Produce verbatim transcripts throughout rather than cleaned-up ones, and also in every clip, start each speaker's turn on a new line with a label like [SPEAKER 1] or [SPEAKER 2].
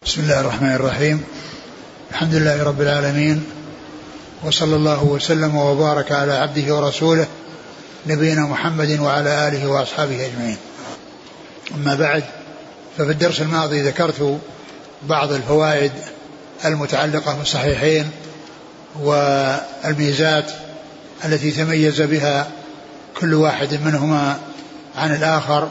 [SPEAKER 1] بسم الله الرحمن الرحيم. الحمد لله رب العالمين، وصلى الله وسلم وبارك على عبده ورسوله نبينا محمد وعلى آله وأصحابه أجمعين. أما بعد، ففي الدرس الماضي ذكرت بعض الفوائد المتعلقة بالصحيحين والميزات التي تميز بها كل واحد منهما عن الآخر،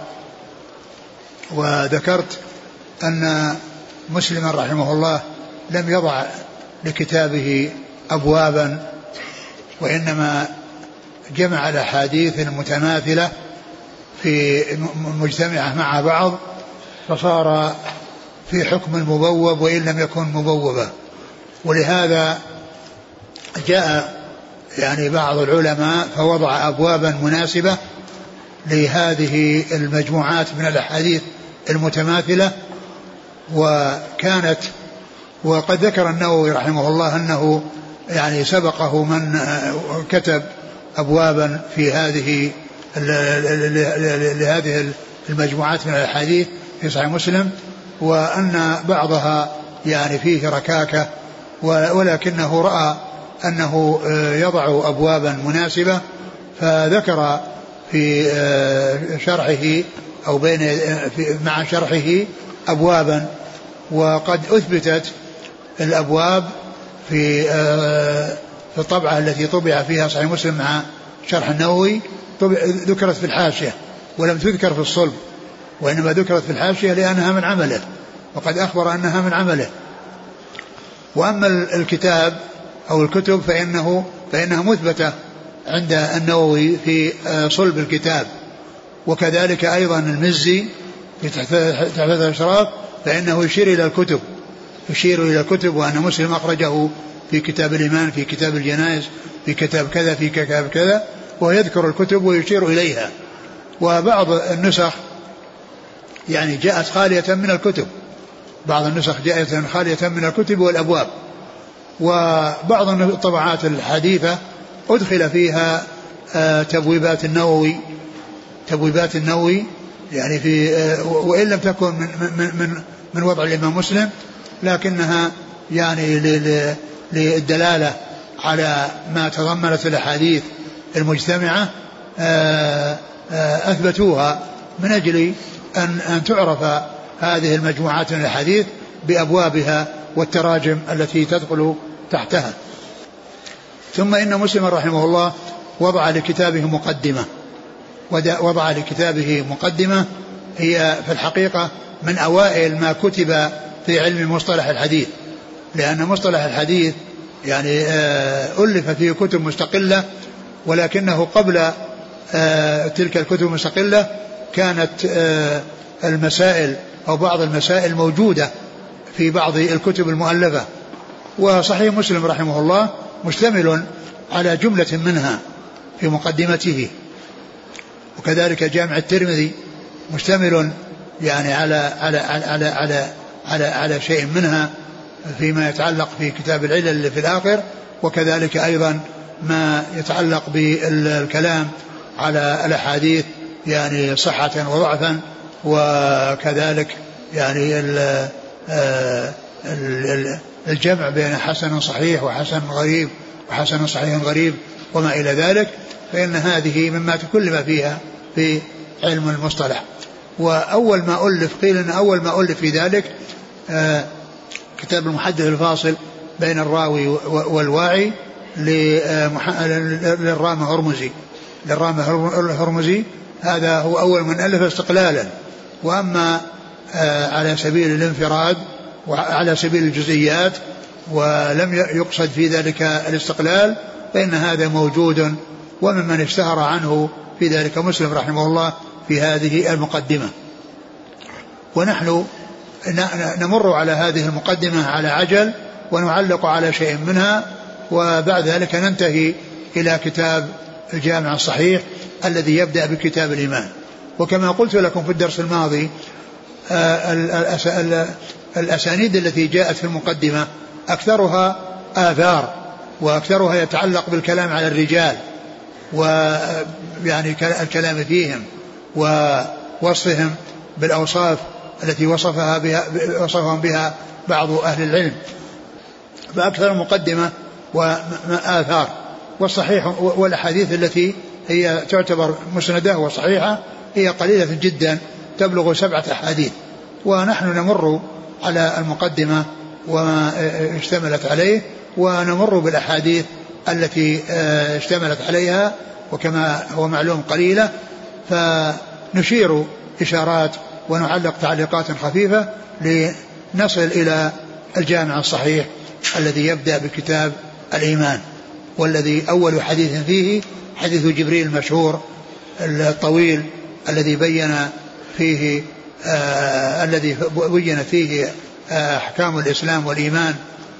[SPEAKER 1] وذكرت أن مسلما رحمه الله لم يضع لكتابه أبوابا، وإنما جمع الأحاديث المتماثلة في مجتمعة مع بعض، فصار في حكم المبوب وإن لم يكن مبوبا. ولهذا جاء يعني بعض العلماء فوضع أبوابا مناسبة لهذه المجموعات من الأحاديث المتماثلة. وكانت وقد ذكر النووي رحمه الله أنه يعني سبقه من كتب أبوابا في هذه لهذه المجموعات من الأحاديث في صحيح مسلم، وأن بعضها يعني فيه ركاكة، ولكنه رأى أنه يضع أبوابا مناسبة، فذكر في شرحه أو بين مع شرحه أبوابا. وقد أثبتت الأبواب في في الطبعة التي طبع فيها صحيح مسلم مع شرح النووي، ذكرت في الحاشية ولم تذكر في الصلب، وإنما ذكرت في الحاشية لأنها من عمله، وقد أخبر أنها من عمله. وأما الكتاب أو الكتب فإنه فإنها مثبتة عند النووي في صلب الكتاب. وكذلك أيضا المزي في تحفة الأشراف فإنه يشير إلى الكتب يشير إلى الكتب وأن مسلم أخرجه في كتاب الإيمان، في كتاب الجنائز، في كتاب كذا، في كتاب كذا، ويذكر الكتب ويشير إليها. وبعض النسخ يعني جاءت خالية من الكتب، بعض النسخ جاءت خالية من الكتب والأبواب. وبعض الطبعات الحديثة أدخل فيها تبويبات النووي تبويبات النووي يعني في وإن لم تكن من من من وضع الإمام مسلم، لكنها يعني للدلالة على ما تضمنت الأحاديث المجتمعة أثبتوها من أجل أن أن تعرف هذه المجموعات من الأحاديث بأبوابها والتراجم التي تدخل تحتها. ثم إن مسلم رحمه الله وضع لكتابه مقدمة وضع لكتابه مقدمة هي في الحقيقة من أوائل ما كتب في علم مصطلح الحديث، لأن مصطلح الحديث يعني ألف فيه كتب مستقلة، ولكنه قبل تلك الكتب المستقلة كانت المسائل أو بعض المسائل موجودة في بعض الكتب المؤلفة. وصحيح مسلم رحمه الله مشتمل على جملة منها في مقدمته، وكذلك جامع الترمذي مشتمل يعني على على على على على, على شيء منها فيما يتعلق في كتاب العلل في الآخر، وكذلك أيضا ما يتعلق بالكلام على الأحاديث يعني صحة وضعفا، وكذلك يعني الجمع بين حسن صحيح وحسن غريب وحسن صحيح غريب وما إلى ذلك. فإن هذه مما تكلم فيها في علم المصطلح. وأول ما ألف قيل أن أول ما ألف في ذلك آه كتاب المحدث الفاصل بين الراوي والواعي للرامة هرمزي للرامة هرمزي هذا هو أول من ألف استقلالا. وأما آه على سبيل الانفراد وعلى سبيل الجزئيات ولم يقصد في ذلك الاستقلال، فإن هذا موجود، وممن اشتهر عنه في ذلك مسلم رحمه الله في هذه المقدمة. ونحن نمر على هذه المقدمة على عجل ونعلق على شيء منها، وبعد ذلك ننتهي إلى كتاب الجامع الصحيح الذي يبدأ بكتاب الإيمان. وكما قلت لكم في الدرس الماضي الأسانيد التي جاءت في المقدمة أكثرها آثار، وأكثرها يتعلق بالكلام على الرجال ويعني الكلام فيهم ووصفهم بالأوصاف التي وصفها بها وصفهم بها بعض أهل العلم، فأكثر مقدمة وآثار. والصحيح والأحاديث التي هي تعتبر مسندة وصحيحة هي قليلة جدا، تبلغ سبعة أحاديث، ونحن نمر على المقدمة وما اشتملت عليه، ونمر بالأحاديث التي اشتملت عليها، وكما هو معلوم قليلة، فنشير إشارات ونعلق تعليقات خفيفة لنصل إلى الجامع الصحيح الذي يبدأ بكتاب الإيمان، والذي أول حديث فيه حديث جبريل المشهور الطويل الذي بين فيه آه الذي بين فيه آه أحكام الإسلام والإيمان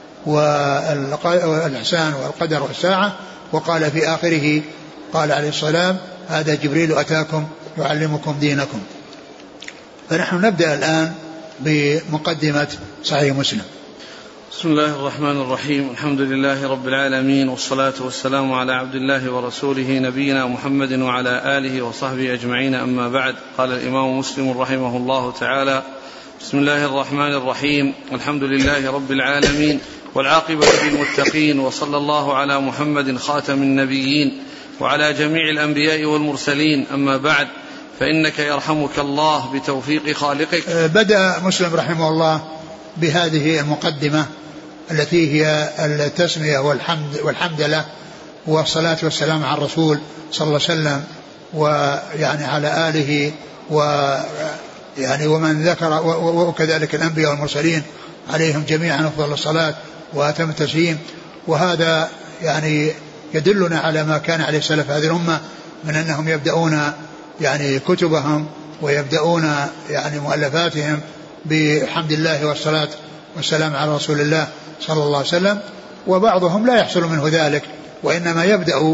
[SPEAKER 1] والإحسان والقدر والساعة. وقال في آخره قال عليه السلام: هذا جبريل أتاكم يعلمكم دينكم. فنحن نبدأ الآن بمقدمة صحيح مسلم.
[SPEAKER 2] بسم الله الرحمن الرحيم. الحمد لله رب العالمين، والصلاة والسلام على عبد الله ورسوله نبينا محمد وعلى آله وصحبه أجمعين، أما بعد. قال الإمام مسلم رحمه الله تعالى: بسم الله الرحمن الرحيم، الحمد لله رب العالمين، والعاقبة للمتقين، وصلى الله على محمد خاتم النبيين وعلى جميع الأنبياء والمرسلين، أما بعد، فإنك يرحمك الله بتوفيق خالقك.
[SPEAKER 1] بدأ مسلم رحمه الله بهذه المقدمة التي هي التسمية والحمد, والحمد له والصلاة والسلام على الرسول صلى الله عليه وسلم، ويعني على آله ويعني ومن ذكر، وكذلك الأنبياء والمرسلين عليهم جميعا أفضل الصلاة وأتم التسليم. وهذا يعني يدلنا على ما كان عليه سلف هذه الأمة من أنهم يبدأون يعني كتبهم ويبدأون يعني مؤلفاتهم بحمد الله والصلاة والسلام على رسول الله صلى الله عليه وسلم. وبعضهم لا يحصل منه ذلك، وإنما يبدأ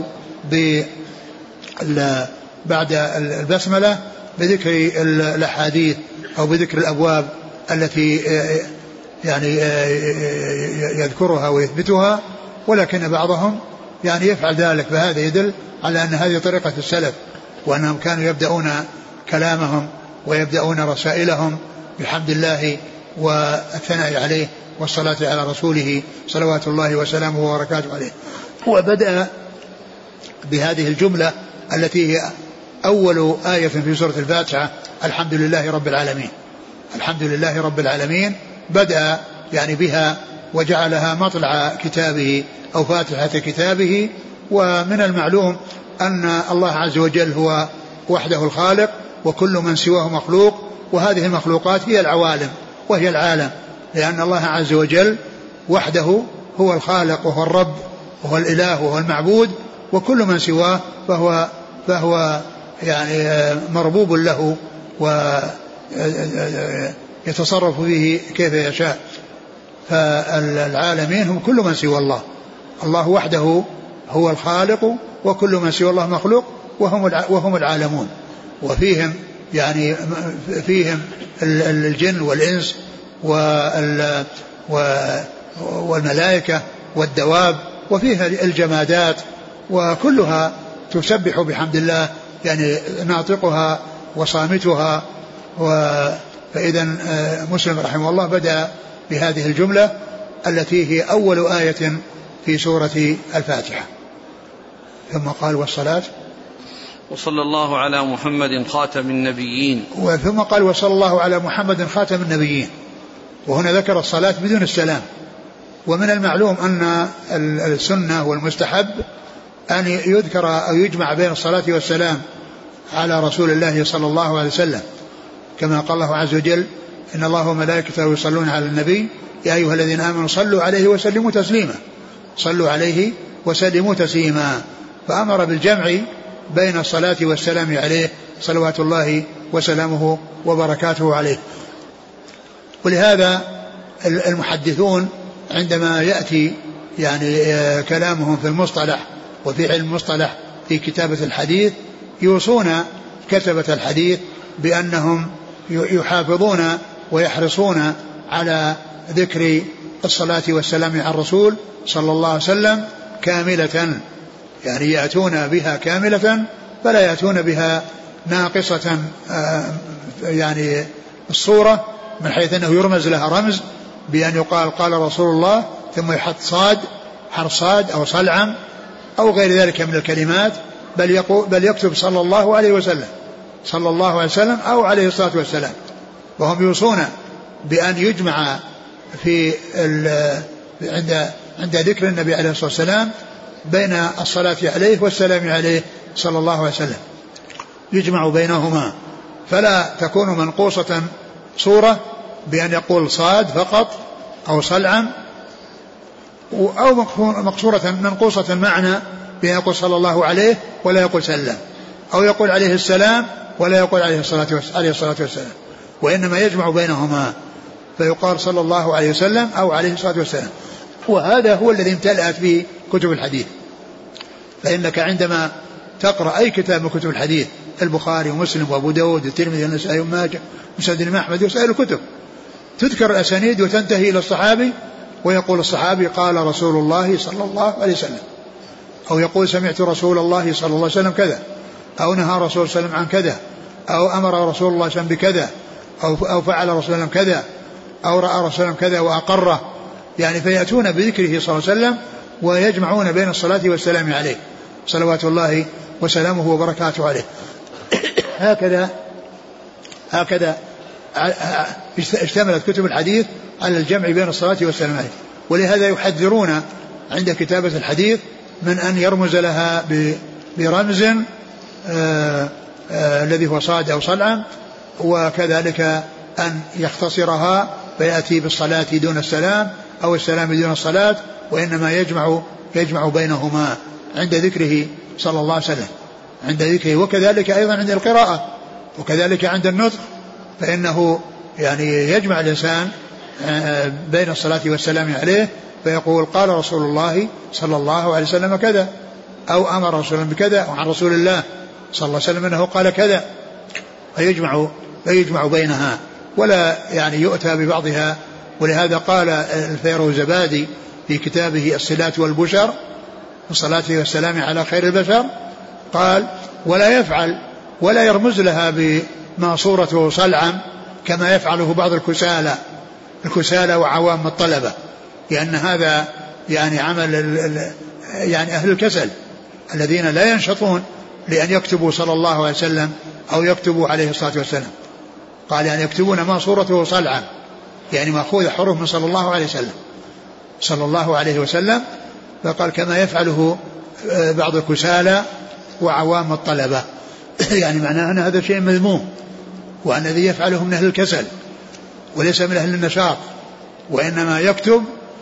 [SPEAKER 1] بعد البسملة بذكر الأحاديث أو بذكر الأبواب التي يعني يذكرها ويثبتها، ولكن بعضهم يعني يفعل ذلك، فهذا يدل على أن هذه طريقة السلف، وأنهم كانوا يبدأون كلامهم ويبدأون رسائلهم بحمد الله والثناء عليه والصلاة على رسوله صلوات الله وسلامه وبركاته عليه. وبدأ بهذه الجملة التي هي أول آية في سورة الفاتحة: الحمد لله رب العالمين. الحمد لله رب العالمين بدأ يعني بها وجعلها مطلع كتابه أو فاتحة كتابه. ومن المعلوم أن الله عز وجل هو وحده الخالق، وكل من سواه مخلوق، وهذه المخلوقات هي العوالم وهي العالم، لأن الله عز وجل وحده هو الخالق وهو الرب وهو الإله وهو المعبود، وكل من سواه فهو, فهو يعني مربوب له ويتصرف به كيف يشاء. فالعالمين هم كل من سوى الله. الله وحده هو الخالق، وكل من سوى الله مخلوق، وهم وهم العالمون، وفيهم يعني فيهم الجن والإنس والملائكة والدواب، وفيها الجمادات، وكلها تسبح بحمد الله، يعني ناطقها وصامتها. فإذا مسلم رحمه الله بدأ بهذه الجملة التي هي أول آية في سورة الفاتحة، ثم قال: والصلاة
[SPEAKER 2] وصلى الله على محمد خاتم النبيين.
[SPEAKER 1] ثم قال: وصلى الله على محمد خاتم النبيين. وهنا ذكر الصلاة بدون السلام. ومن المعلوم أن السنة والمستحب أن يذكر أو يجمع بين الصلاة والسلام على رسول الله صلى الله عليه وسلم، كما قال الله عز وجل: إن الله وملائكته يصلون على النبي يا أيها الذين آمنوا صلوا عليه وسلموا تسليما. صلوا عليه وسلموا تسليما. فأمر بالجمع بين الصلاة والسلام عليه صلوات الله وسلامه وبركاته عليه. ولهذا المحدثون عندما يأتي يعني كلامهم في المصطلح وفي علم المصطلح في كتابة الحديث يوصون كتبة الحديث بأنهم يحافظون ويحرصون على ذكر الصلاة والسلام على الرسول صلى الله عليه وسلم كاملة، يعني يأتون بها كاملة فلا يأتون بها ناقصة يعني الصورة من حيث أنه يرمز لها رمز بأن يقال قال رسول الله ثم يحط صاد حرف صاد أو صلعم أو غير ذلك من الكلمات، بل, يقول بل يكتب صلى الله عليه وسلم صلى الله عليه وسلم أو عليه الصلاة والسلام. وهم يوصون بأن يجمع في عند عند ذكر النبي عليه الصلاة والسلام بين الصلاة عليه والسلام عليه صلى الله عليه وسلم، يجمع بينهما، فلا تكون منقوصة صورة بأن يقول صاد فقط أو صلعم، أو مقصورة منقوصة معنى بأن يقول صلى الله عليه ولا يقول سلم، أو يقول عليه السلام ولا يقول عليه الصلاة والسلام، وإنما يجمع بينهما فيقال صلى الله عليه وسلم أو عليه الصلاة والسلام. وهذا هو الذي امتلأت به كتب الحديث. فإنك عندما تقرأ أي كتاب من كتب الحديث، البخاري ومسلم وأبو داود والترمذي والنسائي وابن ماجه ومسند الإمام أحمد وسائر الكتب، تذكر الأسانيد وتنتهي إلى الصحابي ويقول الصحابي قال رسول الله صلى الله عليه وسلم، أو يقول سمعت رسول الله صلى الله عليه وسلم كذا، أو نهى رسول الله صلى الله عليه وسلم عن كذا، أو أمر رسول الله صلى الله عليه وسلم بكذا، أو فعل رسول الله صلى الله عليه وسلم كذا، أو رأى رسول الله صلى الله عليه وسلم كذا وأقره، يعني فيأتون بذكره صلى الله عليه وسلم ويجمعون بين الصلاة والسلام عليه صلوات الله وسلامه وبركاته عليه. هكذا هكذا اشتملت كتب الحديث على الجمع بين الصلاة والسلام عليه. ولهذا يحذرون عند كتابة الحديث من أن يرمز لها برمز آآ آآ الذي هو صاد أو صلعم، وكذلك أن يختصرها فيأتي بالصلاة دون السلام أو السلام دون الصلاة، وإنما يجمع يجمع بينهما عند ذكره صلى الله عليه وسلم، عند ذكره، وكذلك أيضا عند القراءة، وكذلك عند النطق، فإنه يعني يجمع الإنسان بين الصلاة والسلام عليه فيقول قال رسول الله صلى الله عليه وسلم كذا، أو أمر رسول الله بكذا، وعن رسول الله صلى الله عليه وسلم أنه قال كذا، فيجمع فيجمع بينها ولا يعني يؤتى ببعضها. ولهذا قال الفيروزبادي في كتابه الصلاة والبشر والصلاة والسلام على خير البشر، قال ولا يفعل ولا يرمز لها بما صورته صلعم كما يفعله بعض الكسالى الكسالى وعوام الطلبة، لأن هذا يعني عمل يعني أهل الكسل الذين لا ينشطون لأن يكتبوا صلى الله عليه وسلم أو يكتبوا عليه الصلاة والسلام. قال يعني يكتبون ما صورته صلعا، يعني مأخوذ حروف من صلى الله عليه وسلم صلى الله عليه وسلم. فقال كما يفعله بعض الكسالى وعوام الطلبة، يعني معناه أن هذا شيء مذموم، وأن الذي يفعله من أهل الكسل وليس من أهل النشاط، وإنما يكتب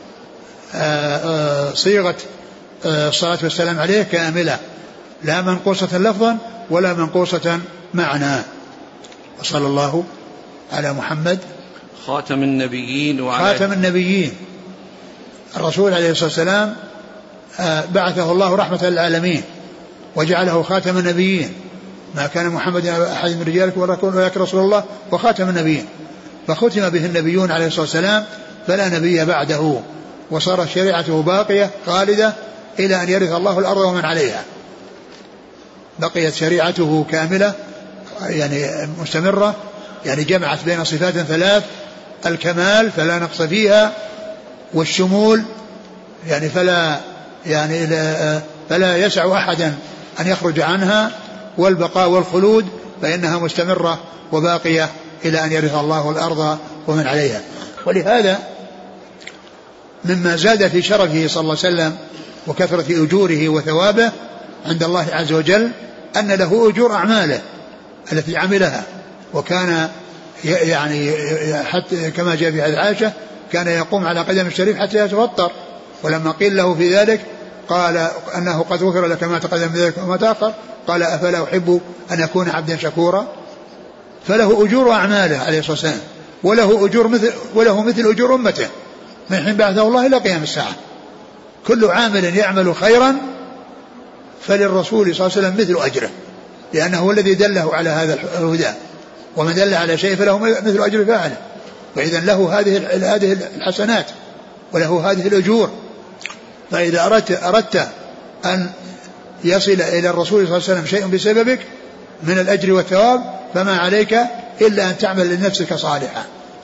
[SPEAKER 1] صيغة الصلاة والسلام عليه كاملة، لا منقوصة لفظا ولا منقوصة معنى. وصلى الله على محمد
[SPEAKER 2] خاتم النبيين وعلى
[SPEAKER 1] خاتم النبيين. الرسول عليه الصلاة والسلام بعثه الله رحمة للعالمين وجعله خاتم النبيين، ما كان محمد أحد من رجالكم ولكن رسول الله وخاتم النبيين، فختم به النبيون عليه الصلاة والسلام فلا نبي بعده، وصارت شريعته باقية خالدة إلى أن يرث الله الأرض ومن عليها. بقيت شريعته كاملة يعني مستمرة، يعني جمعت بين صفات ثلاث: الكمال فلا نقص فيها، والشمول يعني فلا يعني فلا يسع أحدا أن يخرج عنها، والبقاء والخلود فإنها مستمرة وباقية إلى أن يرث الله الأرض ومن عليها. ولهذا مما زاد في شرفه صلى الله عليه وسلم وكثرة أجوره وثوابه عند الله عز وجل أن له أجور أعماله التي عملها، وكان يعني حتى كما جاء في حديث عائشة كان يقوم على قدم الشريف حتى يتوتر، ولما قيل له في ذلك قال أنه قد غفر لك ما تقدم من ذلك وما تأخر، قال أفلا أحب أن أكون عبدا شكورا. فله أجور أعماله عليه الصلاة والسلام، وله أجور مثل وله مثل أجور أمته من حين بعثه الله إلى قيام الساعة. كل عامل يعمل خيرا فللرسول صلى الله عليه وسلم مثل أجره، لأنه هو الذي دله على هذا الهدى، ومن دل على شيء فله مثل أجر فاعله، وإذا له هذه هذه الحسنات وله هذه الأجور. فإذا أردت أردت أن يصل إلى الرسول صلى الله عليه وسلم شيء بسببك من الأجر والثواب فما عليك إلا أن تعمل لنفسك صالحا،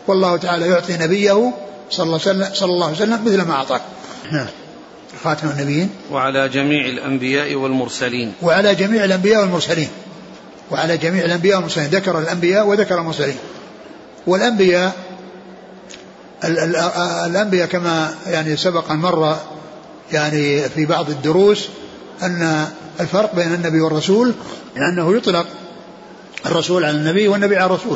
[SPEAKER 1] والله تعالى يعطي نبيه صلى الله عليه وسلم, صلى الله عليه وسلم مثل ما أعطاك. خاتم النبيين.
[SPEAKER 2] وعلى جميع الأنبياء والمرسلين.
[SPEAKER 1] وعلى جميع الأنبياء والمرسلين. وعلى جميع الأنبياء والمرسلين. ذكر الأنبياء وذكر المرسلين. والأنبياء الأنبياء كما يعني سبق مرة يعني في بعض الدروس أن الفرق بين النبي والرسول أنه يطلق الرسول على النبي والنبي على الرسول,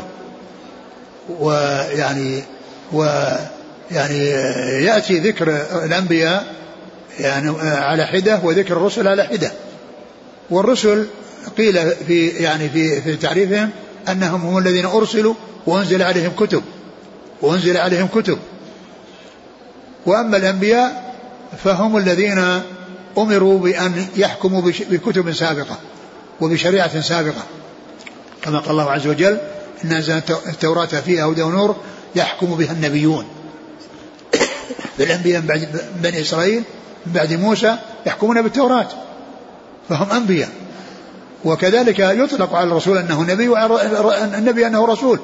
[SPEAKER 1] ويعني ويعني يأتي ذكر الأنبياء يعني على حدة وذكر الرسل على حدة. والرسل قيل في يعني في في تعريفهم أنهم هم الذين أرسلوا وأنزل عليهم كتب وأنزل عليهم كتب وأما الأنبياء فهم الذين أمروا بأن يحكموا بكتب سابقة وبشريعة سابقة, كما قال الله عز وجل إن أنزلنا التوراة فيها هدى ونور يحكم بها النبيون. بالأنبياء من بعد بني إسرائيل من بعد موسى يحكمون بالتوراة فهم أنبياء. وكذلك يطلق على الرسول أنه نبي وعلى النبي أنه رسول,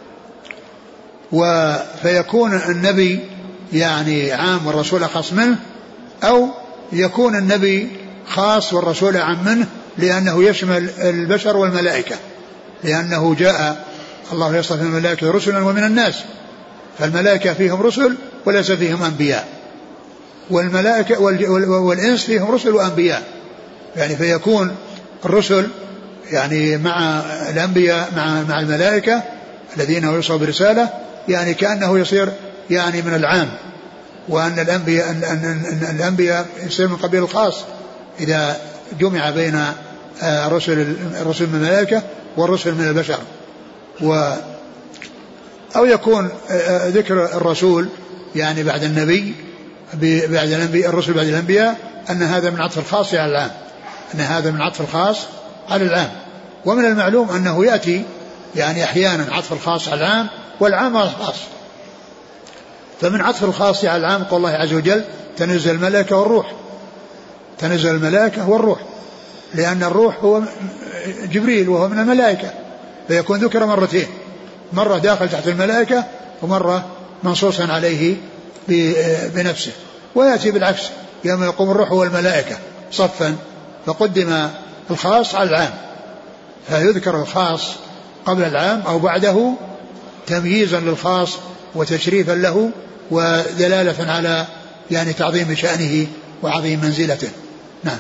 [SPEAKER 1] فيكون النبي يعني عام والرسول خاص منه, أو يكون النبي خاص والرسول عام منه لأنه يشمل البشر والملائكة, لأنه جاء الله يصطفي من الملائكة رسلا ومن الناس, فالملائكة فيهم رسل وليس فيهم أنبياء, والملائكة والإنس فيهم رسل وأنبياء, يعني فيكون الرسل يعني مع الأنبياء مع مع الملائكة الذين يوصوا برسالة, يعني كأنه يصير يعني من العام, وأن الأنبياء أن الأنبياء يصير من قبيل الخاص إذا جمع بين الرسل الرسل من الملائكة والرسل من البشر. و أو يكون ذكر الرسول يعني بعد النبي بعد الأنبياء الرسل بعد الأنبياء أن هذا من عطف الخاص على العام, أن هذا من عطف الخاص على العام. ومن المعلوم أنه يأتي يعني أحيانا عطف الخاص على العام والعام على الخاص. فمن عطف الخاص على العام قال الله عز وجل تنزل الملائكة والروح, تنزل الملائكة والروح, لأن الروح هو جبريل وهو من الملائكة, فيكون ذكر مرتين, مرة داخل تحت الملائكة ومرة منصوصا عليه بنفسه. ويأتي بالعكس يوم يقوم الروح والملائكة صفا فقدم الخاص على العام, فيذكر الخاص قبل العام أو بعده تمييزا للخاص وتشريفا له ودلالة على يعني تعظيم شأنه وعظيم منزلته. نعم.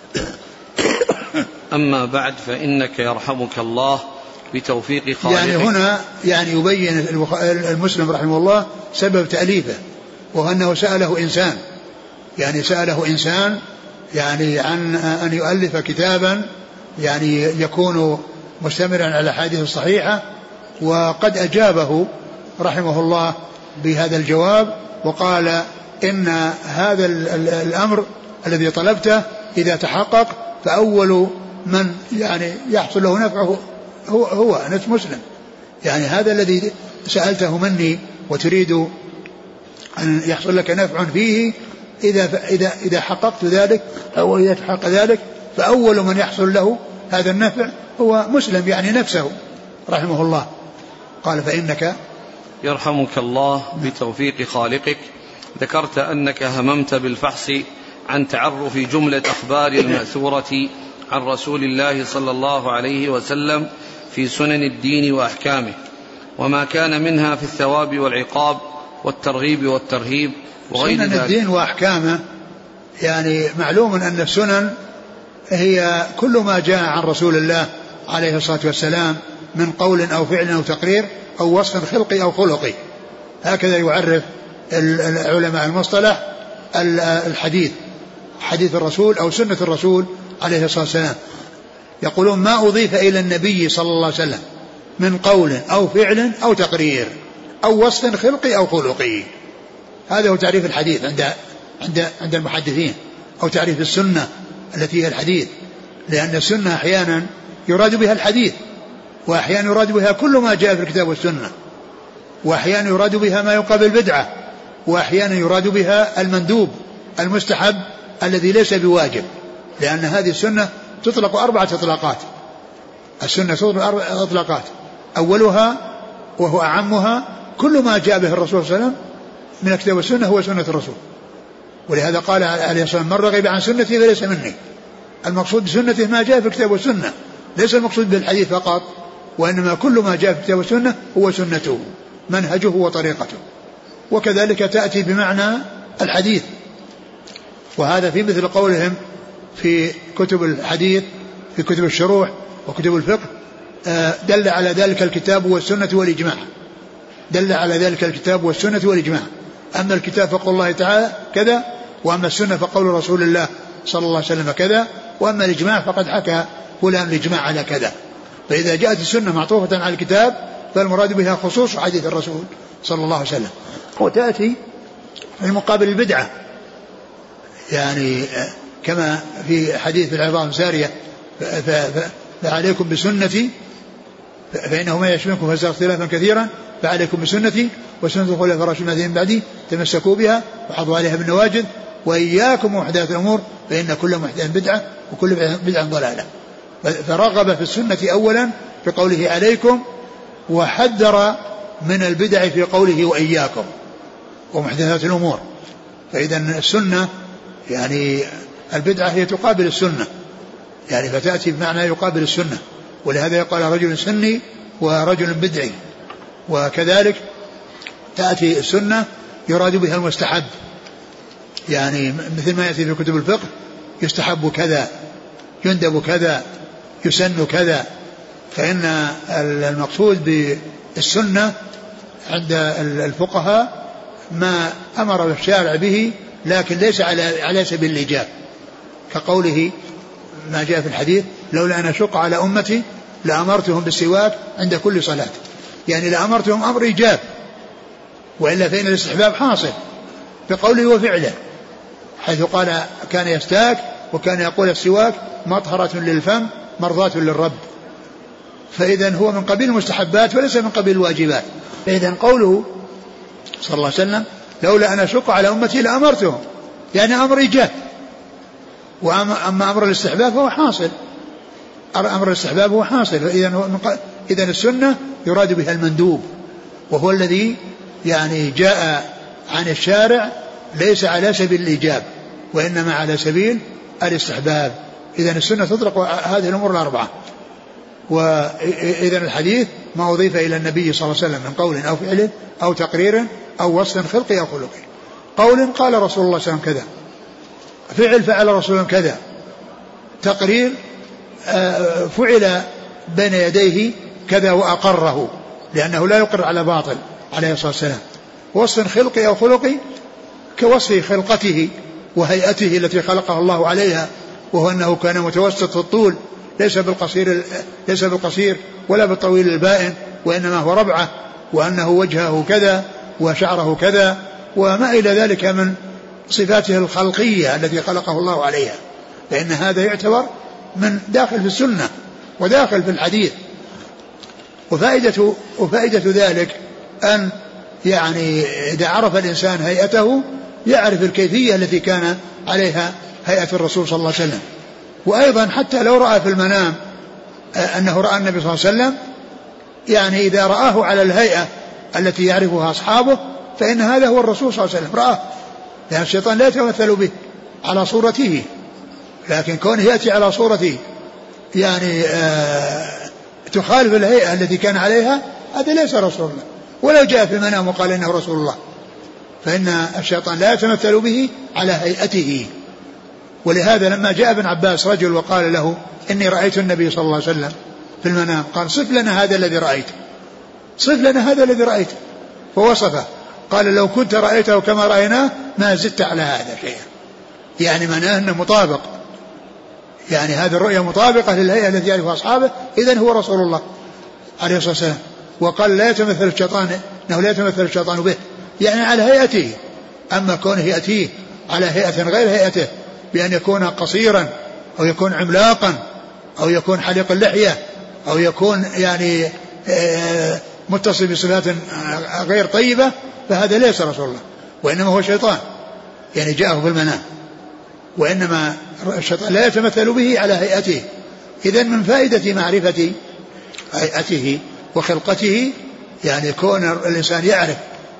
[SPEAKER 2] أما بعد فإنك يرحمك الله بتوفيق خالقك.
[SPEAKER 1] يعني هنا يعني يبين المسلم رحمه الله سبب تأليفه, وأنه سأله إنسان يعني سأله إنسان يعني عن أن يؤلف كتابا يعني يكون مستمرا على الأحاديث الصحيحة, وقد أجابه رحمه الله بهذا الجواب وقال إن هذا الأمر الذي طلبته إذا تحقق فأول من يعني يحصل له نفعه هو, هو نفس مسلم, يعني هذا الذي سألته مني وتريد أن يحصل لك نفع فيه إذا, إذا, إذا حققت ذلك أو إذا تحقق ذلك فأول من يحصل له هذا النفع هو مسلم يعني نفسه رحمه الله. قال فإنك
[SPEAKER 2] يرحمك الله بتوفيق خالقك ذكرت أنك هممت بالفحص عن تعرف جملة أخبار المأثورة عن رسول الله صلى الله عليه وسلم في سنن الدين وأحكامه, وما كان منها في الثواب والعقاب والترغيب والترهيب وغير ذلك.
[SPEAKER 1] سنن الدين وأحكامه يعني معلوم أن السنن هي كل ما جاء عن رسول الله عليه الصلاة والسلام من قول أو فعل أو تقرير أو وصف خلقي أو خلقي, هكذا يعرف العلماء المصطلح الحديث, حديث الرسول أو سنة الرسول عليه الصلاة والسلام. يقولون ما أضيف إلى النبي صلى الله عليه وسلم من قول أو فعل أو تقرير أو وصف خلقي أو خلقي, هذا هو تعريف الحديث عند عند عند المحدثين, أو تعريف السنة التي هي الحديث, لأن السنة أحيانا يراد بها الحديث, وأحيانا يراد بها كل ما جاء في الكتاب والسنة, وأحيانا يراد بها ما يقابل بدعة, وأحيانا يراد بها المندوب المستحب الذي ليس بواجب, لأن هذه السنة تطلق أربعة إطلاقات. السنة تطلق أربعة إطلاقات, أولها وهو أعمها كل ما جاء به الرسول صلى الله عليه وسلم من الكتاب والسنة هو سنة الرسول. ولهذا قال عليه الصلاة والسلام: من رغب عن سنتي فليس مني. المقصود بسنته ما جاء في الكتاب والسنة، ليس المقصود بالحديث فقط، وإنما كل ما جاء في الكتاب والسنة هو سنته، منهجه وطريقته. وكذلك تأتي بمعنى الحديث، وهذا في مثل قولهم في كتب الحديث في كتب الشروح وكتب الفقه: دل على ذلك الكتاب والسنة والإجماع. دل على ذلك الكتاب والسنة والإجماع. أما الكتاب فقول الله تعالى كذا، وأما السنة فقول رسول الله صلى الله عليه وسلم كذا، وأما الإجماع فقد حكى فلان الإجماع على كذا. فإذا جاءت السنة معطوفة على الكتاب فالمراد بها خصوص حديث الرسول صلى الله عليه وسلم. وتأتي في المقابل البدعة، يعني كما في حديث العظام سارية: فعليكم بسنتي فإنه ما يشملكم فسيرى اختلافا كثيرا، فعليكم بسنتي وسنة الخلفاء الراشدين من بعدي تمسكوا بها وحضوا عليها بالنواجذ، وإياكم ومحدثات الأمور فإن كل محدث بدعة وكل بدعة ضلالة. فرغب في السنة أولا في قوله عليكم، وحذر من البدع في قوله وإياكم ومحدثات الأمور. فإذا السنة يعني البدعة هي تقابل السنة، يعني فتأتي بمعنى يقابل السنة. ولهذا يقال رجل سني ورجل بدعي. وكذلك تأتي السنة يراد بها المستحب، يعني مثل ما يأتي في كتب الفقه: يستحب كذا، يندب كذا، يسن كذا. فإن المقصود بالسنة عند الفقهاء ما أمر الشارع به لكن ليس على على سبيل الإيجاب، كقوله ما جاء في الحديث: لولا أن أشق على أمتي لأمرتهم بالسواك عند كل صلاة. يعني لأمرتهم أمر إيجاب، وإلا فإن الاستحباب حاصل بقوله وفعله، حيث قال كان يستاك وكان يقول السواك مطهرة للفم مرضاة للرب. فإذا هو من قبيل المستحبات وليس من قبيل الواجبات. فإذا قوله صلى الله عليه وسلم: لولا أن أشق على أمتي لأمرتهم، يعني أمر إيجاب. وأما أمر الاستحباب فهو حاصل، أمر الاستحباب هو حاصل. إذن السنة يراد بها المندوب، وهو الذي يعني جاء عن الشارع ليس على سبيل الإيجاب وإنما على سبيل الاستحباب. إذن السنة تطلق هذه الأمور الأربعة. وإذن الحديث ما أضيف إلى النبي صلى الله عليه وسلم من قول أو فعل أو تقرير أو وصف خلقي أو خلقي. قول قال رسول الله صلى الله عليه وسلم كذا، فعل فعل رسول الله كذا، تقرير فعل بين يديه كذا وأقره لأنه لا يقر على باطل عليه الصلاة والسلام. وصف خلقي أو خلقي كوصف خلقته وهيئته التي خلقه الله عليها، وهو أنه كان متوسط في الطول، ليس بالقصير ليس بالقصير ولا بالطويل البائن، وإنما هو ربعة، وأنه وجهه كذا وشعره كذا وما إلى ذلك من صفاته الخلقية التي خلقه الله عليها. فإن هذا يعتبر من داخل في السنة وداخل في الحديث. وفائدة, وفائدة ذلك أن يعني إذا عرف الإنسان هيئته يعرف الكيفية التي كان عليها هيئة الرسول صلى الله عليه وسلم. وأيضا حتى لو رأى في المنام أنه رأى النبي صلى الله عليه وسلم، يعني إذا رآه على الهيئة التي يعرفها أصحابه فإن هذا هو الرسول صلى الله عليه وسلم، رآه، لأن الشيطان لا يتمثل به على صورته، لكن كونه يأتي على صورته يعني آه تخالف الهيئة التي كان عليها، هذا ليس رسول الله. ولو جاء في المنام وقال إنه رسول الله فإن الشيطان لا يتمثل به على هيئته. ولهذا لما جاء ابن عباس رجل وقال له إني رأيت النبي صلى الله عليه وسلم في المنام، قال صف لنا هذا الذي رأيت، صف لنا هذا الذي رأيت، فوصفه. قال لو كنت رأيته كما رأيناه ما زدت على هذا شيئا، يعني معناه أنه مطابق، يعني هذه الرؤية مطابقة للهيئة التي يعرفها أصحابه، إذن هو رسول الله عليه الصلاة والسلام. وقال لا يتمثل الشيطان، إنه لا يتمثل الشيطان به، يعني على هيئته. أما كونه يأتيه على هيئة غير هيئته بأن يكون قصيرا أو يكون عملاقا أو يكون حليق اللحية أو يكون يعني متصل بصفات غير طيبة، فهذا ليس رسول الله، وإنما هو شيطان يعني جاءه في المنام. وإنما الشيطان لا يتمثل به على هيئته. إذن من فائدة معرفة هيئته وخلقته يعني كون الإنسان يعرف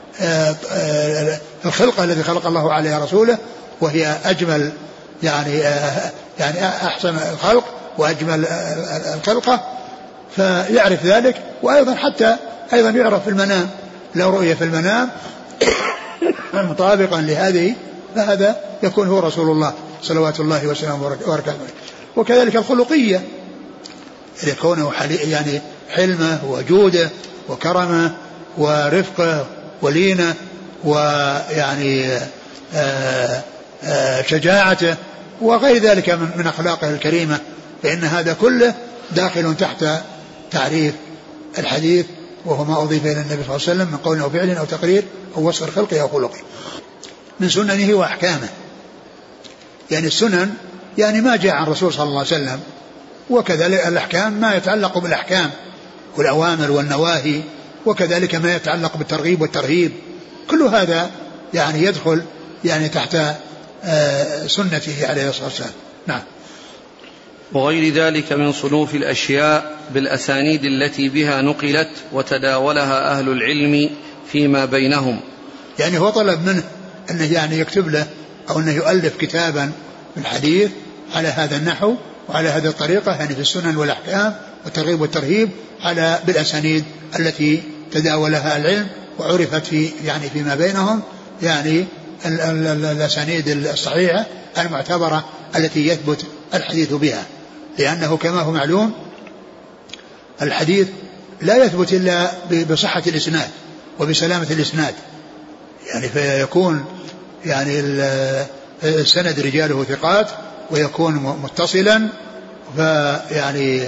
[SPEAKER 1] الخلقة التي خلق الله عليها رسوله وهي أجمل يعني يعني أحسن الخلق وأجمل الخلقة، فيعرف ذلك. وأيضا حتى أيضا يعرف في المنام، لو رؤية في المنام مطابقا لهذه فهذا يكون هو رسول الله صلوات الله وسلامه وبركاته. وكذلك الخلقية يكون يعني حلمه وجوده وكرمه ورفقه ولينه ويعني آآ آآ شجاعته وغير ذلك من أخلاقه الكريمة، فإن هذا كله داخل تحت تعريف الحديث، وهو ما أضيف إلى النبي صلى الله عليه وسلم من قول أو فعل أو تقرير أو وصف خلقه أو خلقه من سننه وأحكامه. يعني السنن يعني ما جاء عن الرسول صلى الله عليه وسلم، وكذلك الأحكام ما يتعلق بالأحكام والأوامر والنواهي، وكذلك ما يتعلق بالترغيب والترهيب، كل هذا يعني يدخل يعني تحت سنته عليه الصلاة والسلام. نعم.
[SPEAKER 2] وغير ذلك من صنوف الأشياء بالأسانيد التي بها نقلت وتداولها أهل العلم فيما بينهم.
[SPEAKER 1] يعني هو طلب منه أنه يعني يكتب له أو أنه يؤلف كتابا في الحديث على هذا النحو وعلى هذه الطريقة، يعني في السنن والأحكام والترغيب والترهيب على بالأسانيد التي تداولها العلم وعرفت في يعني فيما بينهم، يعني الأسانيد الصحيحة المعتبرة التي يثبت الحديث بها. لأنه كما هو معلوم الحديث لا يثبت إلا بصحة الإسناد وبسلامة الإسناد، يعني فيكون يعني السند رجاله ثقات ويكون متصلا، فيعني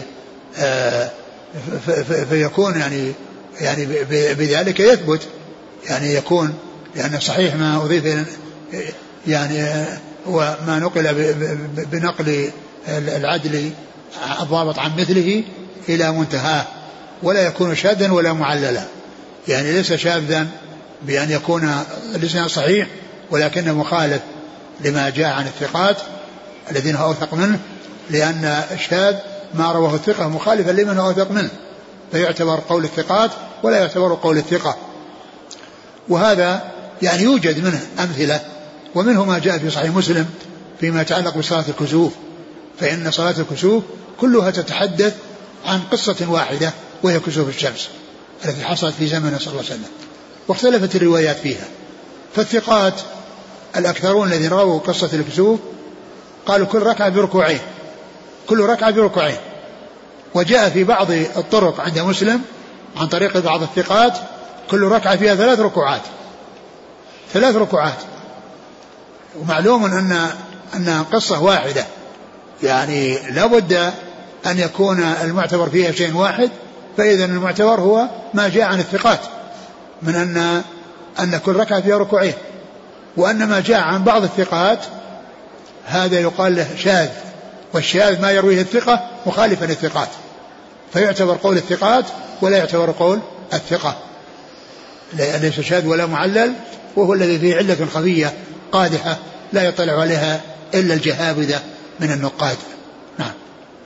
[SPEAKER 1] فيكون يعني يعني بذلك يثبت، يعني يكون لأن صحيح ما أضيف يعني وما نقل بنقل العدل الضابط عن مثله إلى منتهاه، ولا يكون شاذا ولا معللا، يعني ليس شاذا بأن يكون الإسناد صحيح ولكنه مخالف لما جاء عن الثقات الذين هو أوثق منه، لأن الشاذ ما رواه الثقة مخالفا لمن هو أوثق منه، فيعتبر قول الثقات ولا يعتبر قول الثقة. وهذا يعني يوجد منه أمثلة، ومنه ما جاء في صحيح مسلم فيما يتعلق بصلاة الكسوف، فإن صلاة الكسوف كلها تتحدث عن قصة واحدة وهي كسوف الشمس التي حصلت في زمن صلى الله عليه وسلم، واختلفت الروايات فيها. فالثقات الأكثرون الذين رووا قصة الكسوف قالوا كل ركعة بركوعين، كل ركعة بركوعين. وجاء في بعض الطرق عند مسلم عن طريق بعض الثقات كل ركعة فيها ثلاث ركوعات، ثلاث ركوعات. ومعلوم أن أن قصة واحدة، يعني لابد أن يكون المعتبر فيها شيء واحد، فإذا المعتبر هو ما جاء عن الثقات من أن أن كل ركعة فيها ركوعين، وأن ما جاء عن بعض الثقات هذا يقال له شاذ، والشاذ ما يرويه الثقة مخالفا للثقات، فيعتبر قول الثقات ولا يعتبر قول الثقة، ليس شاذ ولا معلل، وهو الذي فيه علة خفية قادحة لا يطلع عليها إلا الجهابذة من النقاد. نعم.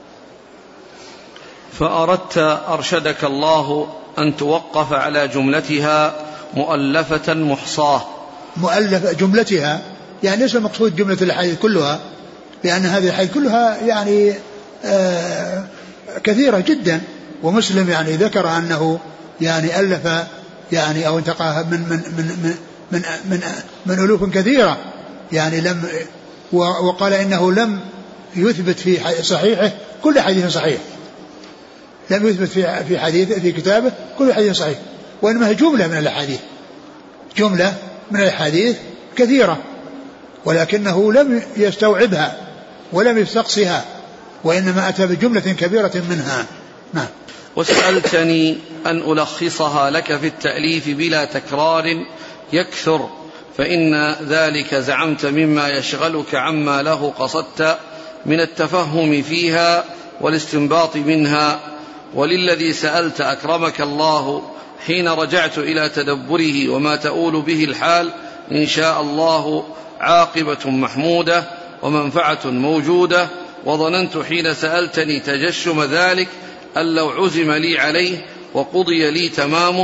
[SPEAKER 2] فأردت أرشدك الله أن توقف على جملتها مؤلفة محصاة.
[SPEAKER 1] مؤلفة جملتها يعني ليس المقصود جملة الحديث كلها، لأن هذه الحديث كلها يعني آه كثيرة جدا، ومسلم يعني ذكر أنه يعني ألف يعني أو انتقاها من من من من من, من ألوف كثيرة، يعني لم وقال إنه لم يثبت في صحيحه كل حديث صحيح، لم يثبت في في حديث في كتابه كل حديث صحيح، وإنما هي جملة من الأحاديث، جملة من الأحاديث كثيرة، ولكنه لم يستوعبها ولم يستقصها، وإنما أتى بجملة كبيرة منها. نعم.
[SPEAKER 2] وسألتني أن ألخصها لك في التأليف بلا تكرار يكثر، فإن ذلك زعمت مما يشغلك عما له قصدت من التفهم فيها والاستنباط منها. وللذي سألت أكرمك الله حين رجعت إلى تدبره وما تؤول به الحال إن شاء الله عاقبة محمودة ومنفعة موجودة، وظننت حين سألتني تجشم ذلك أن لو عزم لي عليه وقضي لي تمامه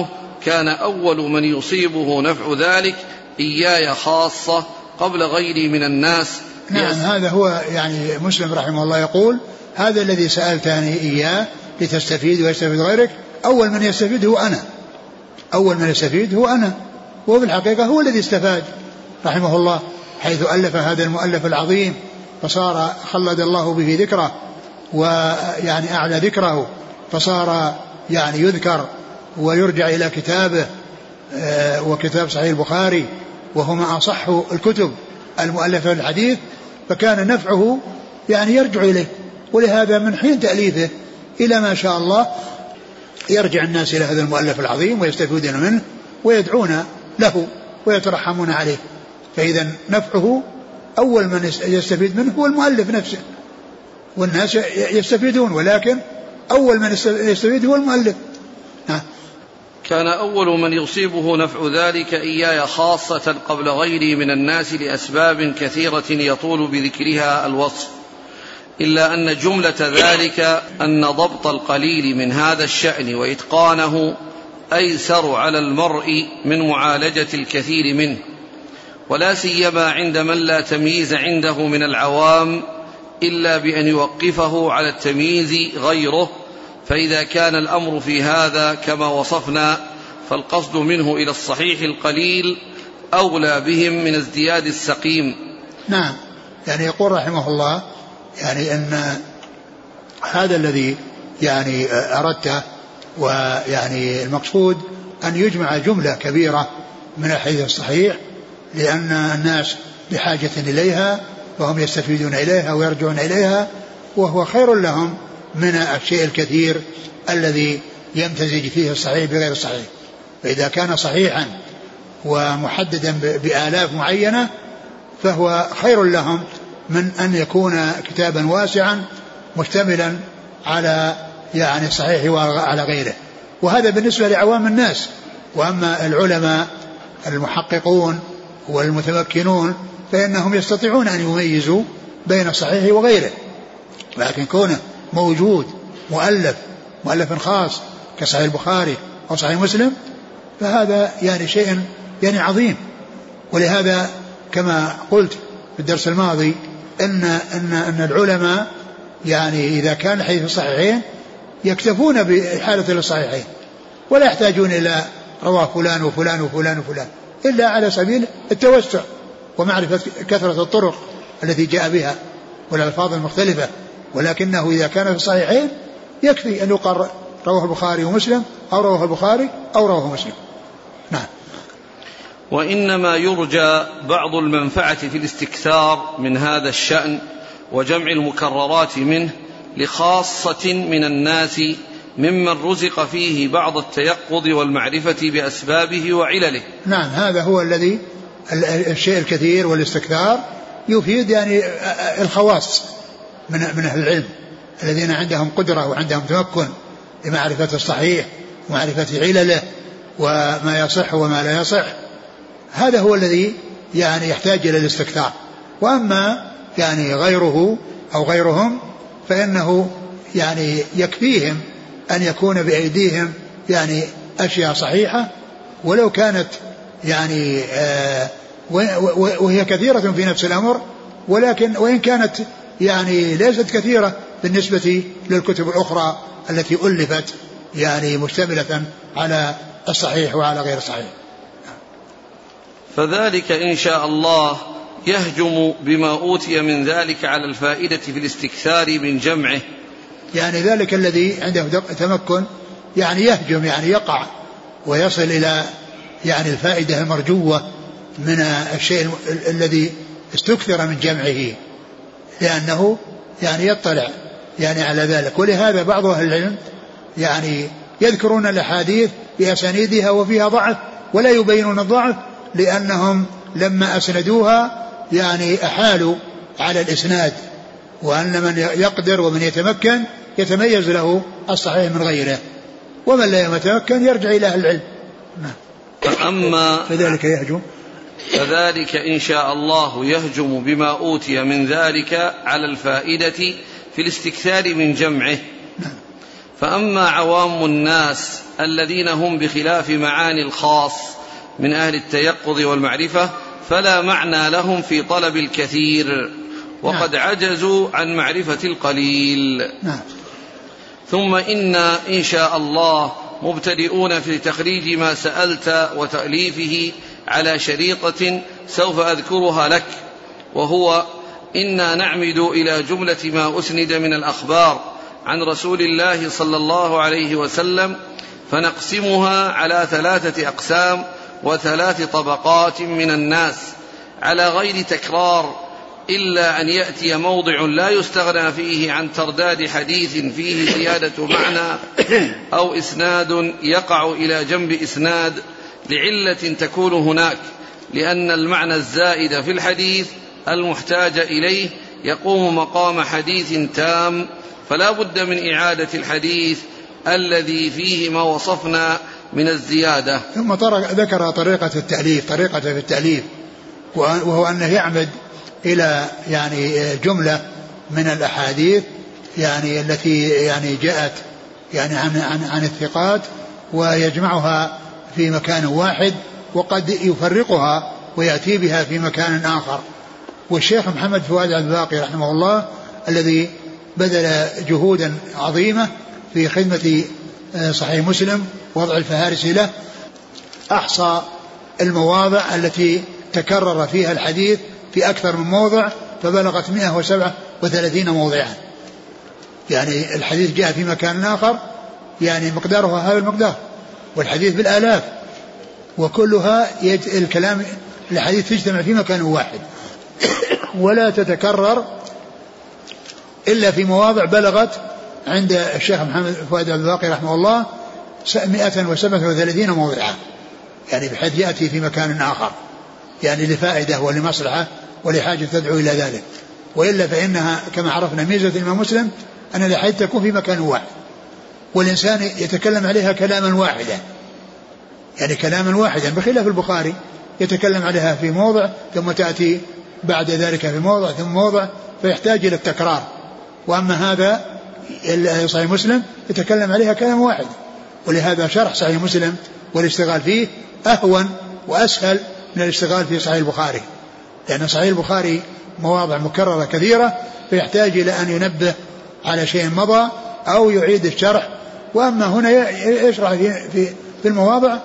[SPEAKER 2] كان أول من يصيبه نفع ذلك إياي خاصة قبل غيري من الناس.
[SPEAKER 1] نعم هذا هو يعني مسلم رحمه الله يقول هذا الذي سألتني إياه لتستفيد ويستفيد غيرك، أول من يستفيد هو أنا، أول من يستفيد هو أنا، وهو في الحقيقة هو الذي استفاد رحمه الله، حيث ألف هذا المؤلف العظيم فصار خلد الله به ذكره ويعني أعلى ذكره، فصار يعني يذكر ويرجع إلى كتابه وكتاب صحيح البخاري وهما أصح الكتب المؤلفة في الحديث، فكان نفعه يعني يرجع إليه. ولهذا من حين تأليفه إلى ما شاء الله يرجع الناس إلى هذا المؤلف العظيم ويستفيدون منه ويدعون له ويترحمون عليه. فإذا نفعه أول من يستفيد منه هو المؤلف نفسه، والناس يستفيدون ولكن أول من يستفيد هو المؤلف.
[SPEAKER 2] كان أول من يصيبه نفع ذلك إياي خاصة قبل غيري من الناس لأسباب كثيرة يطول بذكرها الوصف، إلا أن جملة ذلك أن ضبط القليل من هذا الشأن وإتقانه أيسر على المرء من معالجة الكثير منه، ولا سيما عند من لا تمييز عنده من العوام إلا بأن يوقفه على التمييز غيره. فإذا كان الأمر في هذا كما وصفنا فالقصد منه إلى الصحيح القليل أولى بهم من ازدياد السقيم.
[SPEAKER 1] نعم يعني يقول رحمه الله يعني أن هذا الذي يعني أردته، ويعني المقصود أن يجمع جملة كبيرة من الحديث الصحيح لأن الناس بحاجة إليها وهم يستفيدون إليها ويرجعون إليها، وهو خير لهم من الشيء الكثير الذي يمتزج فيه الصحيح بغير الصحيح. فإذا كان صحيحا ومحددا بآلاف معينة فهو خير لهم من أن يكون كتابا واسعا مشتملا على يعني الصحيح وعلى غيره. وهذا بالنسبة لعوام الناس. وأما العلماء المحققون والمتمكنون فإنهم يستطيعون أن يميزوا بين الصحيح وغيره، لكن كونه موجود مؤلف مؤلف خاص كصحيح البخاري أو صحيح مسلم فهذا يعني شيء يعني عظيم. ولهذا كما قلت في الدرس الماضي أن, أن, أن العلماء يعني إذا كان الحديث الصحيحين يكتفون بحالة الصحيحين ولا يحتاجون إلى رواه فلان وفلان وفلان وفلان إلا على سبيل التوسع ومعرفة كثرة الطرق التي جاء بها والألفاظ المختلفة. ولكنه إذا كان في الصحيحين يكفي أن يقال رواه البخاري ومسلم أو رواه البخاري أو رواه مسلم. نعم.
[SPEAKER 2] وإنما يرجى بعض المنفعة في الاستكثار من هذا الشأن وجمع المكررات منه لخاصة من الناس ممن رزق فيه بعض التيقظ والمعرفة بأسبابه وعلله.
[SPEAKER 1] نعم هذا هو الذي الشيء الكثير والاستكثار يفيد يعني الخواص من من أهل العلم الذين عندهم قدرة وعندهم تمكن لمعرفة الصحيح ومعرفة علله وما يصح وما لا يصح. هذا هو الذي يعني يحتاج إلى الاستكثار. وأما يعني غيره أو غيرهم فإنه يعني يكفيهم أن يكون بأيديهم يعني أشياء صحيحة ولو كانت يعني آه وهي كثيرة في نفس الأمر، ولكن وإن كانت يعني ليست كثيرة بالنسبة للكتب الأخرى التي ألفت يعني مشتملة على الصحيح وعلى غير الصحيح.
[SPEAKER 2] فذلك إن شاء الله يهجم بما أوتي من ذلك على الفائدة في الاستكثار من جمعه.
[SPEAKER 1] يعني ذلك الذي عنده تمكن يعني يهجم يعني يقع ويصل إلى يعني الفائدة المرجوة من الشيء الذي استكثر من جمعه، لأنه يعني يطلع يعني على ذلك. ولهذا بعض أهل العلم يعني يذكرون الأحاديث بأسانيدها وفيها ضعف ولا يبينون الضعف، لأنهم لما أسندوها يعني أحالوا على الإسناد، وأن من يقدر ومن يتمكن يتميز له الصحيح من غيره، ومن لا يتمكن يرجع إلى أهل العلم.
[SPEAKER 2] فأما
[SPEAKER 1] فذلك يهجم
[SPEAKER 2] فذلك إن شاء الله يهجم بما أوتي من ذلك على الفائدة في الاستكثار من جمعه. فأما عوام الناس الذين هم بخلاف معاني الخاص من أهل التيقظ والمعرفة فلا معنى لهم في طلب الكثير وقد عجزوا عن معرفة القليل. ثم إنا إن شاء الله مبتدئون في تخريج ما سألت وتأليفه على شريطة سوف أذكرها لك، وهو إنا نعمد إلى جملة ما أسند من الأخبار عن رسول الله صلى الله عليه وسلم فنقسمها على ثلاثة أقسام وثلاث طبقات من الناس على غير تكرار، إلا أن يأتي موضع لا يستغنى فيه عن ترداد حديث فيه زيادة معنى أو إسناد يقع إلى جنب إسناد لعلة تكون هناك، لأن المعنى الزائد في الحديث المحتاج إليه يقوم مقام حديث تام، فلا بد من إعادة الحديث الذي فيه ما وصفنا من الزيادة.
[SPEAKER 1] ثم ذكر طريقة التأليف طريقة في التأليف وهو أنه يعمد إلى يعني جملة من الأحاديث يعني التي يعني جاءت يعني عن عن عن الثقات ويجمعها في مكان واحد، وقد يفرقها ويأتي بها في مكان آخر. والشيخ محمد فؤاد الباقي رحمه الله الذي بذل جهودا عظيمة في خدمة صحيح مسلم وضع الفهارس له أحصى المواضع التي تكرر فيها الحديث في أكثر من موضع فبلغت مئة وسبعة وثلاثين موضعا، يعني الحديث جاء في مكان آخر يعني مقدارها هذا المقدار، والحديث بالآلاف، وكلها الكلام الحديث تجتمع في مكان واحد ولا تتكرر إلا في مواضع بلغت عند الشيخ محمد فؤاد الباقي رحمه الله مئة وسبعة وثلاثين موضعا، يعني بحيث يأتي في مكان آخر يعني لفائدة ولمصلحة ولحاجة تدعو إلى ذلك. وإلا فإنها كما عرفنا ميزة الإمام مسلم أن الحديث تكون في مكان واحد والإنسان يتكلم عليها كلاما واحدا، يعني كلاما واحدا، بخلاف البخاري يتكلم عليها في موضع ثم تأتي بعد ذلك في موضع ثم موضع فيحتاج إلى التكرار. وأما هذا صحيح مسلم يتكلم عليها كلام واحد، ولهذا شرح صحيح مسلم والاشتغال فيه أهون وأسهل من الاشتغال في صحيح البخاري، لأن صحيح البخاري مواضع مكررة كثيرة فيحتاج إلى أن ينبه على شيء مضى أو يعيد الشرح، وأما هنا يشرح في في المواضع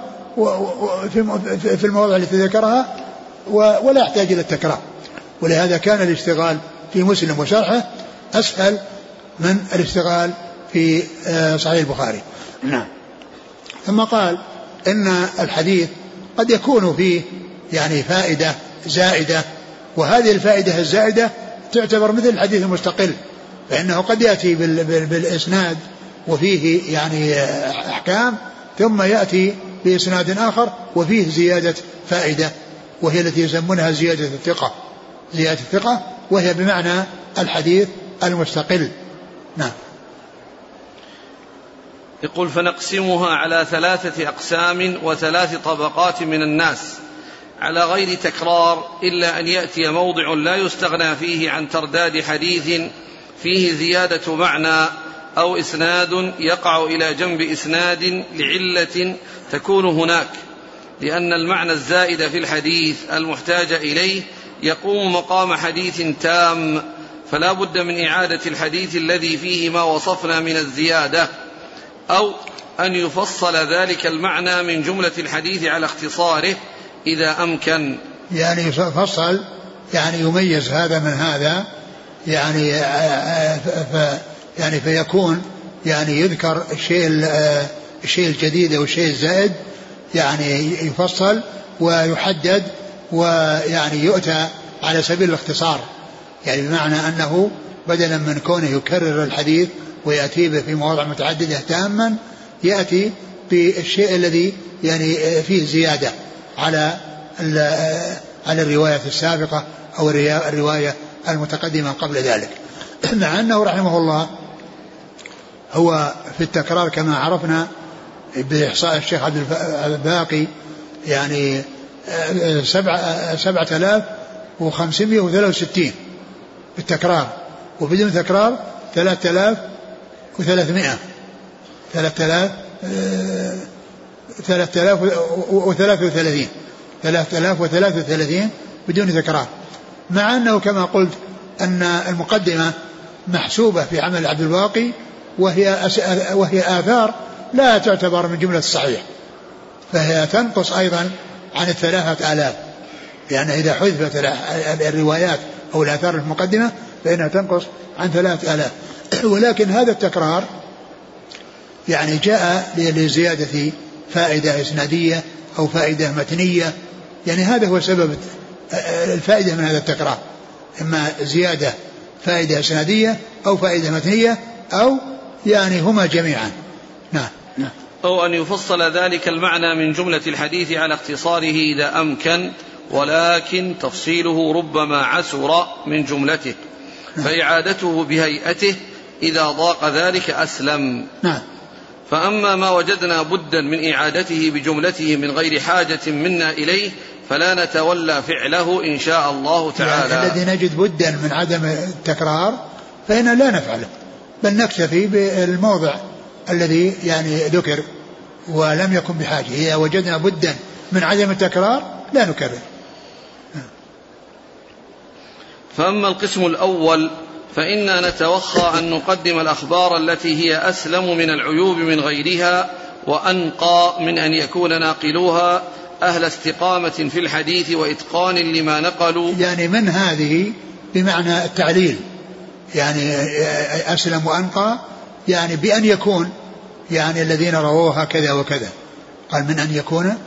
[SPEAKER 1] في المواضع التي ذكرها ولا يحتاج إلى التكرار. ولهذا كان الاشتغال في مسلم وشرحه أسهل من الاشتغال في صحيح البخاري. نعم. ثم قال إن الحديث قد يكون فيه يعني فائدة زائدة، وهذه الفائدة الزائدة تعتبر مثل الحديث المستقل، فإنه قد يأتي بالإسناد وفيه يعني أحكام ثم يأتي بإسناد آخر وفيه زيادة فائدة، وهي التي يسمونها زيادة الثقة زيادة الثقة وهي بمعنى الحديث المستقل. نعم.
[SPEAKER 2] يقول فنقسمها على ثلاثة أقسام وثلاث طبقات من الناس على غير تكرار، إلا أن يأتي موضع لا يستغنى فيه عن ترداد حديث فيه زيادة معنى أو إسناد يقع إلى جنب إسناد لعلة تكون هناك، لأن المعنى الزائد في الحديث المحتاج إليه يقوم مقام حديث تام، فلا بد من إعادة الحديث الذي فيه ما وصفنا من الزيادة، أو أن يفصل ذلك المعنى من جملة الحديث على اختصاره إذا أمكن،
[SPEAKER 1] يعني يفصل يعني يميز هذا من هذا، يعني ف يعني فيكون يعني يذكر الشيء الشيء الجديد والشيء الزائد يعني يفصل ويحدد ويعني يؤتى على سبيل الاختصار، يعني بمعنى أنه بدلا من كونه يكرر الحديث ويأتي به في مواضع متعددة تاما يأتي بالشيء الذي يعني فيه زيادة على على الرواية السابقة أو الرواية المتقدمة قبل ذلك، مع أنه رحمه الله هو في التكرار كما عرفنا بإحصاء الشيخ عبد الباقي يعني سبعة سبعة آلاف وخمسمائة وثلاثة وستين بالتكرار، وبدون تكرار ثلاثة آلاف وثلاثمائة ثلاثة آلاف ثلاثة آلاف وثلاثة وثلاثين ثلاثة آلاف وثلاثة وثلاثين بدون تكرار، مع أنه كما قلت أن المقدمة محسوبة في عمل عبد الباقي وهي وهي آثار لا تعتبر من جملة الصحيح، فهي تنقص أيضا عن الثلاثة آلاف، لأن إذا حذفت الروايات أو الآثار المقدمة فإنها تنقص عن ثلاثة آلاف. ولكن هذا التكرار يعني جاء لزيادة فائدة إسنادية أو فائدة متنية، يعني هذا هو سبب الفائدة من هذا التكرار، إما زيادة فائدة إسنادية أو فائدة متنية أو يعني هما جميعا. نعم. نعم.
[SPEAKER 2] أو أن يفصل ذلك المعنى من جملة الحديث على اختصاره إذا أمكن، ولكن تفصيله ربما عسر من جملته، فإعادته بهيئته إذا ضاق ذلك أسلم.
[SPEAKER 1] نعم.
[SPEAKER 2] فأما ما وجدنا بدا من إعادته بجملته من غير حاجة منا إليه فلا نتولى فعله إن شاء الله تعالى.
[SPEAKER 1] يعني الذي نجد بدا من عدم التكرار فإننا لا نفعله، بل نكتفي بالموضع الذي يعني ذكر ولم يكن بحاجة. إذا وجدنا بدا من عدم التكرار لا نكرر.
[SPEAKER 2] فأما القسم الأول فإنا نتوخى أن نقدم الأخبار التي هي أسلم من العيوب من غيرها وأنقى من أن يكون ناقلوها أهل استقامة في الحديث وإتقان لما نقلوا.
[SPEAKER 1] يعني من هذه بمعنى التعليل، يعني أسلم وأنقى يعني بأن يكون يعني الذين رووها كذا وكذا، قال من أن يكون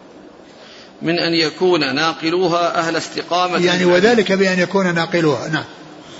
[SPEAKER 2] من أن يكون ناقلوها أهل استقامة
[SPEAKER 1] يعني وذلك بأن يكون ناقلوها. نعم.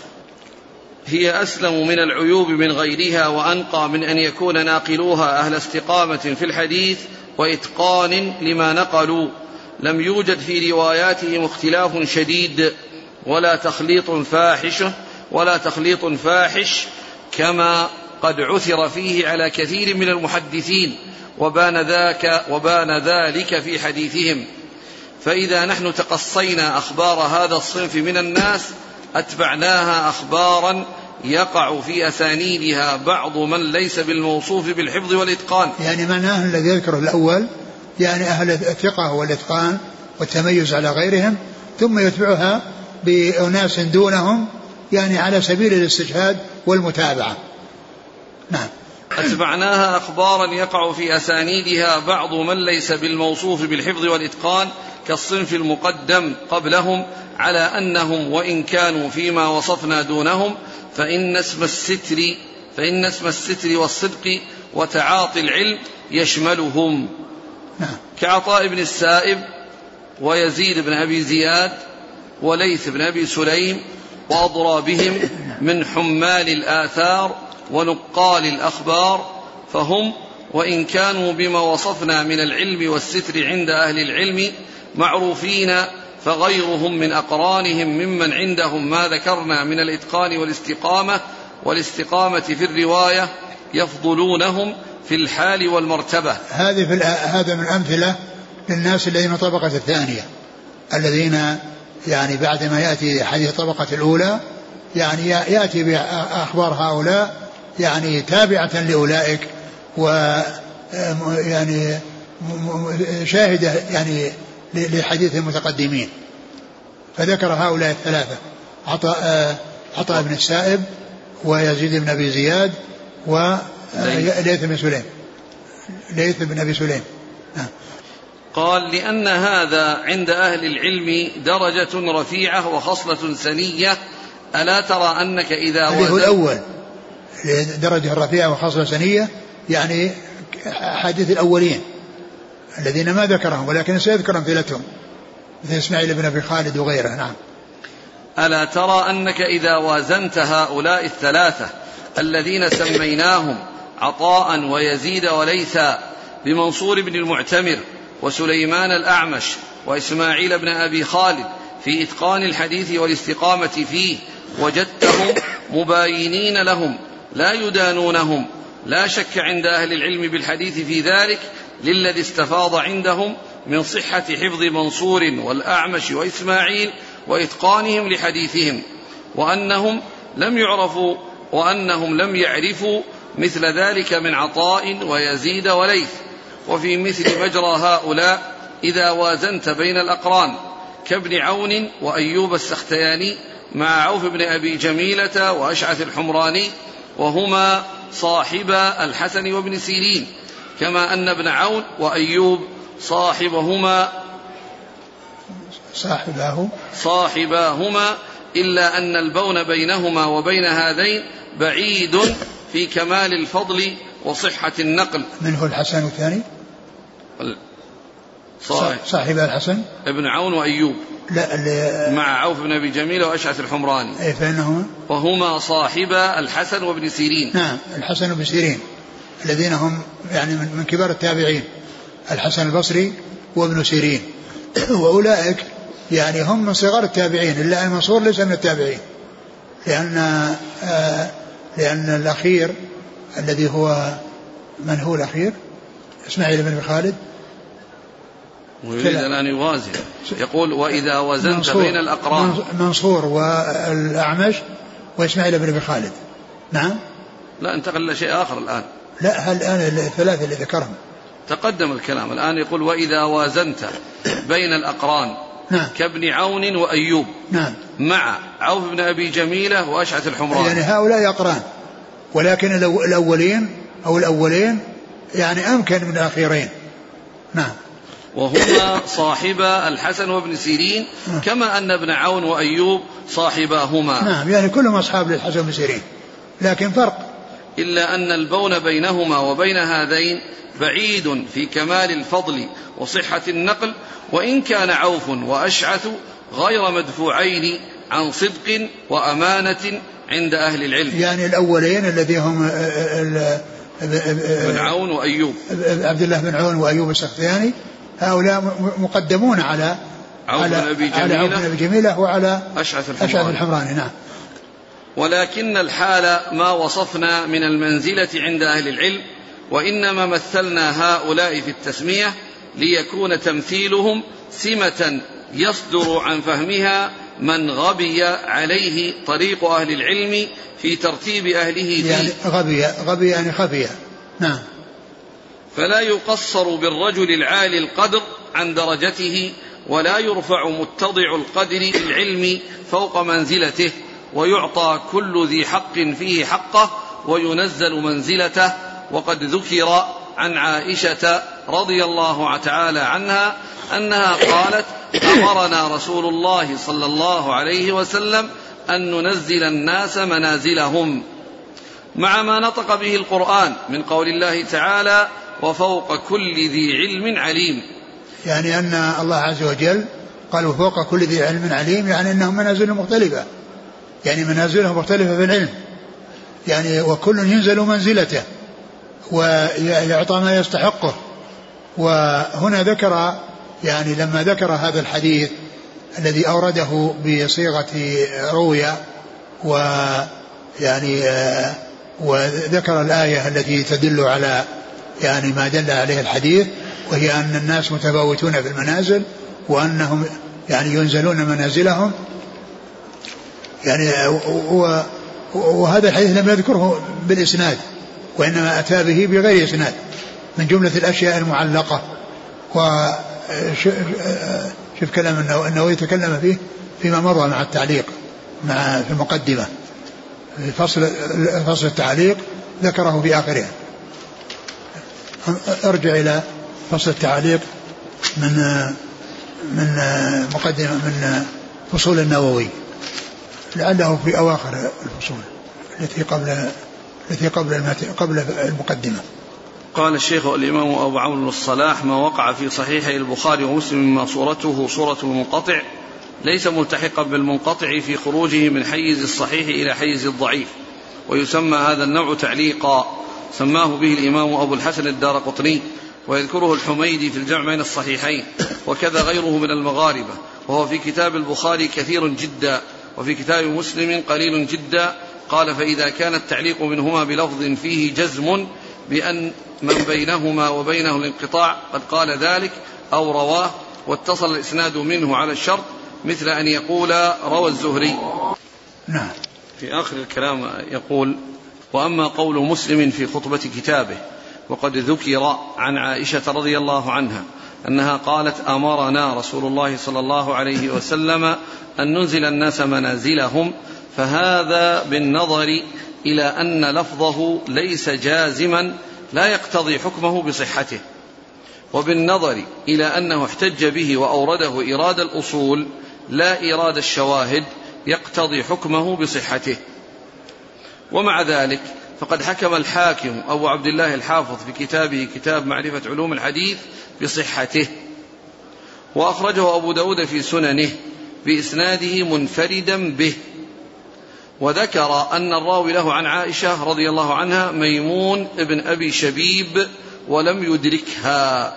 [SPEAKER 2] هي أسلم من العيوب من غيرها وأنقى من أن يكون ناقلوها أهل استقامة في الحديث وإتقان لما نقلوا، لم يوجد في رواياتهم اختلاف شديد ولا تخليط فاحش ولا تخليط فاحش كما قد عثر فيه على كثير من المحدثين، وبان ذاك وبان ذلك في حديثهم. فإذا نحن تقصينا أخبار هذا الصنف من الناس أتبعناها أخبارا يقع في أسانيدها بعض من ليس بالموصوف بالحفظ والإتقان.
[SPEAKER 1] يعني معناه الذي يذكره الأول يعني أهل الثقة والإتقان والتميز على غيرهم، ثم يتبعها بأناس دونهم يعني على سبيل الاستشهاد والمتابعة. نعم.
[SPEAKER 2] أتبعناها أخبارا يقع في أسانيدها بعض من ليس بالموصوف بالحفظ والإتقان كالصنف المقدم قبلهم، على أنهم وإن كانوا فيما وصفنا دونهم فإن اسم الستر فإن اسم الستر والصدق وتعاطي العلم يشملهم.
[SPEAKER 1] نعم.
[SPEAKER 2] كعطاء بن السائب ويزيد بن أبي زياد وليث بن أبي سليم وأضرابهم من حمال الآثار ونقال الأخبار، فهم وإن كانوا بما وصفنا من العلم والستر عند أهل العلم معروفين، فغيرهم من أقرانهم ممن عندهم ما ذكرنا من الإتقان والاستقامة والاستقامة في الرواية يفضلونهم في الحال والمرتبة.
[SPEAKER 1] هذه في هذا من أمثلة للناس الذين الطبقة الثانية، الذين يعني بعد ما يأتي حديث الطبقة الأولى يعني يأتي بأخبار هؤلاء يعني تابعة لأولئك ويعني شاهدة يعني لحديث المتقدمين. فذكر هؤلاء الثلاثة عطاء عطاء بن السائب ويزيد بن أبي زياد وليث بن سليم ليث بن أبي سليم.
[SPEAKER 2] قال لأن هذا عند أهل العلم درجة رفيعة وخصلة سنية، ألا ترى أنك إذا
[SPEAKER 1] وزنت هو الأول درجة رفيعة وخصلة سنية يعني حديث الأولين الذين ما ذكرهم ولكن سيذكر أمثلتهم مثل إسماعيل بن أبي خالد وغيره. نعم.
[SPEAKER 2] ألا ترى أنك إذا وازنت هؤلاء الثلاثة الذين سميناهم عطاء ويزيد وليثا بمنصور بن المعتمر وسليمان الأعمش وإسماعيل بن أبي خالد في إتقان الحديث والاستقامة فيه وجدتهم مباينين لهم لا يدانونهم، لا شك عند أهل العلم بالحديث في ذلك للذي استفاض عندهم من صحة حفظ منصور والأعمش وإسماعيل وإتقانهم لحديثهم، وأنهم لم يعرفوا وأنهم لم يعرفوا مثل ذلك من عطاء ويزيد وليث. وفي مثل مجرى هؤلاء إذا وازنت بين الأقران كابن عون وأيوب السختياني مع عوف بن أبي جميلة وأشعث الحمراني وهما صاحبا الحسن وابن سيرين، كما أن ابن عون وأيوب صاحبهما
[SPEAKER 1] صاحباه
[SPEAKER 2] صاحباهما إلا أن البون بينهما وبين هذين بعيد في كمال الفضل وصحة النقل.
[SPEAKER 1] منه الحسن الثاني
[SPEAKER 2] صاحب,
[SPEAKER 1] صاحب الحسن
[SPEAKER 2] ابن عون وأيوب
[SPEAKER 1] لا
[SPEAKER 2] مع عوف بن أبي جميل وأشعث الحمراني
[SPEAKER 1] أي فإنهما
[SPEAKER 2] وهما صاحبا الحسن وابن سيرين.
[SPEAKER 1] نعم الحسن وابن سيرين الذين هم يعني من كبار التابعين، الحسن البصري وابن سيرين، وأولئك يعني هم من صغار التابعين، إلا أن منصور ليس من التابعين، لأن آه لأن الأخير الذي هو من هو الأخير إسماعيل بن خالد
[SPEAKER 2] ويريد الآن يوازن، يقول وإذا وزنت بين الأقران
[SPEAKER 1] منصور والأعمش وإسماعيل بن خالد. نعم
[SPEAKER 2] لا انتقل لشيء آخر الآن.
[SPEAKER 1] لا الآن الثلاثة اللي ذكرهم
[SPEAKER 2] تقدم الكلام، الآن يقول وإذا وازنت بين الأقران
[SPEAKER 1] نعم.
[SPEAKER 2] كابن عون وأيوب
[SPEAKER 1] نعم.
[SPEAKER 2] مع عوف بن أبي جميلة وأشعث الحمراني،
[SPEAKER 1] يعني هؤلاء أقران، ولكن الأولين أو الأولين يعني أمكن من الأخيرين. نعم.
[SPEAKER 2] وهما صاحبا الحسن وابن سيرين كما أن ابن عون وأيوب صاحباهما.
[SPEAKER 1] نعم يعني كلهم أصحاب للحسن وابن سيرين، لكن فرق
[SPEAKER 2] إلا أن البون بينهما وبين هذين بعيد في كمال الفضل وصحة النقل، وإن كان عوف وأشعث غير مدفوعين عن صدق وأمانة عند أهل العلم.
[SPEAKER 1] يعني الأولين الذي هم
[SPEAKER 2] بن عون وأيوب
[SPEAKER 1] عبد الله بن عون وأيوب السختياني هؤلاء مقدمون على
[SPEAKER 2] عوف بن أبي جميلة,
[SPEAKER 1] جميلة وعلى
[SPEAKER 2] أشعث الحمراني.
[SPEAKER 1] أشعث الحمراني. نعم.
[SPEAKER 2] ولكن الحال ما وصفنا من المنزلة عند أهل العلم، وإنما مثلنا هؤلاء في التسمية ليكون تمثيلهم سمة يصدر عن فهمها من غبي عليه طريق أهل العلم في ترتيب أهله فيه.
[SPEAKER 1] يعني غبي غبي يعني خبي. نعم.
[SPEAKER 2] فلا يقصر بالرجل العالي القدر عن درجته، ولا يرفع متضع القدر العلم فوق منزلته، ويعطى كل ذي حق فيه حقه وينزل منزلته. وقد ذكر عن عائشة رضي الله تعالى عنها أنها قالت أمرنا رسول الله صلى الله عليه وسلم أن ننزل الناس منازلهم، مع ما نطق به القرآن من قول الله تعالى وفوق كل ذي علم عليم.
[SPEAKER 1] يعني أن الله عز وجل قال وفوق كل ذي علم عليم، يعني أنهم منازل مختلفة، يعني منازلهم مختلفة في العلم، يعني وكل ينزل منزلته ويعطى ما يستحقه. وهنا ذكر يعني لما ذكر هذا الحديث الذي أورده بصيغة روية ويعني وذكر الآية التي تدل على يعني ما دل عليه الحديث، وهي أن الناس متفاوتون في المنازل وأنهم يعني ينزلون منازلهم، يعني وهذا الحديث لم يذكره بالإسناد وإنما أتى به بغير إسناد من جملة الأشياء المعلقة. وشوف كلام النووي يتكلم فيه فيما مضى مع التعليق مع في المقدمة في فصل فصل التعليق ذكره في آخره. ارجع إلى فصل التعليق من من مقدمة من فصول النووي لعله في أواخر الفصول التي قبل التي قبل قبل المقدمة.
[SPEAKER 2] قال الشيخ الإمام أبو عمرو بن الصلاح ما وقع في صحيح البخاري ومسلم مما صورته صورة المنقطع ليس ملتحقا بالمنقطع في خروجه من حيز الصحيح إلى حيز الضعيف، ويسمى هذا النوع تعليقا، سماه به الإمام أبو الحسن الدارقطني، ويذكره الحميدي في الجمع بين الصحيحين، وكذا غيره من المغاربة، وهو في كتاب البخاري كثير جدا، وفي كتاب مسلم قليل جدا. قال فإذا كان التعليق منهما بلفظ فيه جزم بأن من بينهما وبينه الانقطاع قد قال ذلك أو رواه واتصل الإسناد منه على الشرط، مثل أن يقول روى الزهري.
[SPEAKER 1] نعم.
[SPEAKER 2] في آخر الكلام يقول وأما قول مسلم في خطبة كتابه وقد ذكر عن عائشة رضي الله عنها أنها قالت أمرنا رسول الله صلى الله عليه وسلم أن ننزل الناس منازلهم، فهذا بالنظر إلى أن لفظه ليس جازما لا يقتضي حكمه بصحته، وبالنظر إلى أنه احتج به وأورده إيراد الأصول لا إيراد الشواهد يقتضي حكمه بصحته. ومع ذلك فقد حكم الحاكم أبو عبد الله الحافظ في كتابه كتاب معرفة علوم الحديث بصحته، وأخرجه أبو داود في سننه بإسناده منفردا به، وذكر أن الراوي له عن عائشة رضي الله عنها ميمون ابن أبي شبيب ولم يدركها.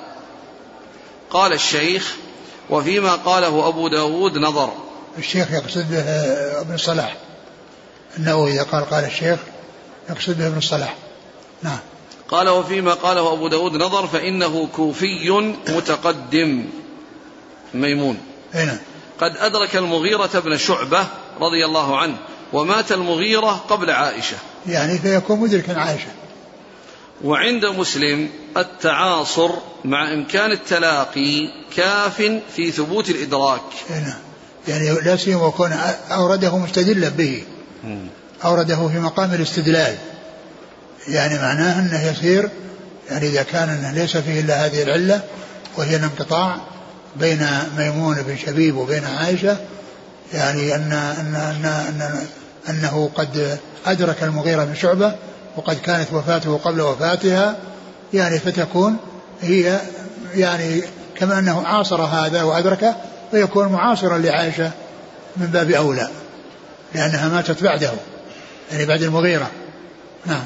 [SPEAKER 2] قال الشيخ وفيما قاله أبو داود نظر.
[SPEAKER 1] الشيخ يقصد به ابن الصلاح، أنه إذا قال قال الشيخ يقصد به ابن الصلاح. نعم.
[SPEAKER 2] قال وفيما قاله أبو داود نظر فإنه كوفي متقدم ميمون
[SPEAKER 1] هنا.
[SPEAKER 2] قد أدرك المغيرة بن شعبة رضي الله عنه، ومات المغيرة قبل عائشة،
[SPEAKER 1] يعني فيكون مدركا عائشة.
[SPEAKER 2] وعند مسلم التعاصر مع إمكان التلاقي كاف في ثبوت الإدراك.
[SPEAKER 1] هنا. يعني لا سيما وكون أورده مستدلا به، أورده في مقام الاستدلال، يعني معناه أنه يصير، يعني إذا كان أنه ليس فيه إلا هذه العلة وهي الانقطاع بين ميمون بن شبيب وبين عائشة، يعني أن أن أن أن أنه قد أدرك المغيرة بن شعبة وقد كانت وفاته قبل وفاتها، يعني فتكون هي يعني كما أنه عاصر هذا وأدركه فيكون معاصرا لعائشة من باب أولى، لأنها ماتت بعده، يعني بعد المغيرة. نعم.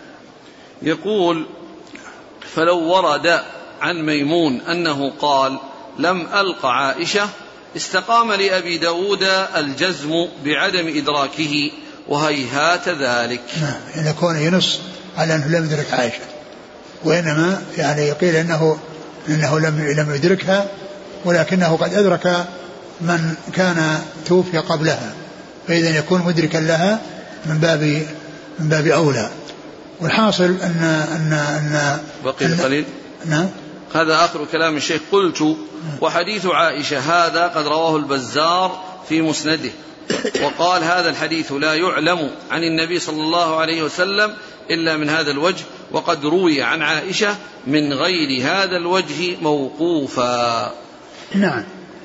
[SPEAKER 2] يقول فلو ورد عن ميمون أنه قال لم ألق عائشة استقام لأبي داود الجزم بعدم إدراكه، وهيهات ذلك.
[SPEAKER 1] نعم. إن يكون ينص على أنه لم يدرك عائشة، وإنما يعني يقيل إنه إنه لم لم يدركها، ولكنه قد أدرك من كان توفي قبلها، فإذا يكون مدركا لها من باب من باب أولى. والحاصل أن أن أن
[SPEAKER 2] بقي القليل.
[SPEAKER 1] نعم.
[SPEAKER 2] هذا آخر كلام الشيخ. قلت وحديث عائشة هذا قد رواه البزار في مسنده، وقال هذا الحديث لا يعلم عن النبي صلى الله عليه وسلم إلا من هذا الوجه، وقد روي عن عائشة من غير هذا الوجه موقوفا.
[SPEAKER 1] نعم.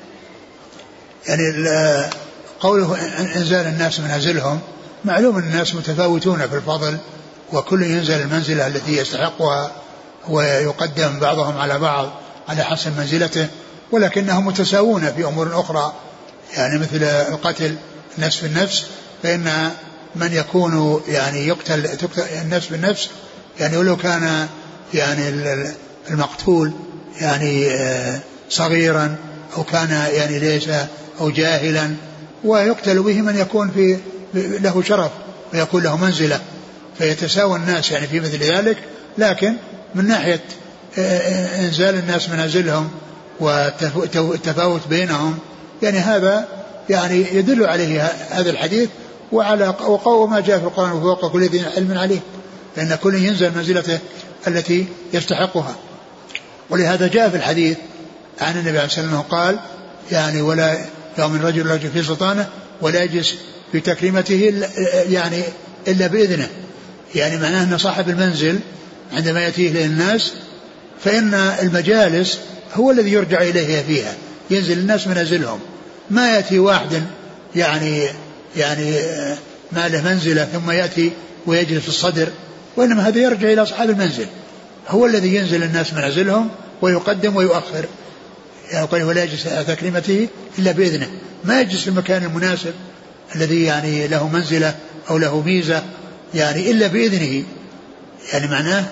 [SPEAKER 1] يعني قوله انزال الناس منازلهم، معلوم أن الناس متفاوتون في الفضل، وكل ينزل المنزلة التي يستحقها ويقدم بعضهم على بعض على حسب منزلته، ولكنهم متساوون في أمور أخرى، يعني مثل القتل النفس بالنفس، فإن من يكون يعني يقتل النفس بالنفس يعني ولو كان يعني المقتول يعني صغيرا أو كان يعني ليس أو جاهلا، ويقتل به من يكون في له شرف ويكون له منزلة، فيتساوى الناس يعني في مثل ذلك. لكن من ناحية انزال الناس منازلهم والتفاوت بينهم، يعني هذا يعني يدل عليه هذا الحديث وعلى وقوة ما جاء في القرآن وفوق كل ذي علم عليه، فإن كل ينزل منزلته التي يستحقها. ولهذا جاء في الحديث عن النبي عليه الصلاة والسلام قال يعني ولا يؤمن رجل رجل في سلطانه ولا يجلس في تكريمته يعني إلا بإذنه، يعني معناه أن صاحب المنزل عندما يأتيه إلى الناس فإن المجالس هو الذي يرجع إليه فيها، ينزل الناس منازلهم، ما يأتي واحد يعني يعني ما له منزلة ثم يأتي ويجلس في الصدر، وإنما هذا يرجع إلى أصحاب المنزل، هو الذي ينزل الناس منازلهم ويقدم ويؤخر، يعني ولا يجلس على تكريمته إلا بإذنه، ما يجلس في المكان المناسب الذي يعني له منزلة أو له ميزة يعني إلا بإذنه، يعني معناه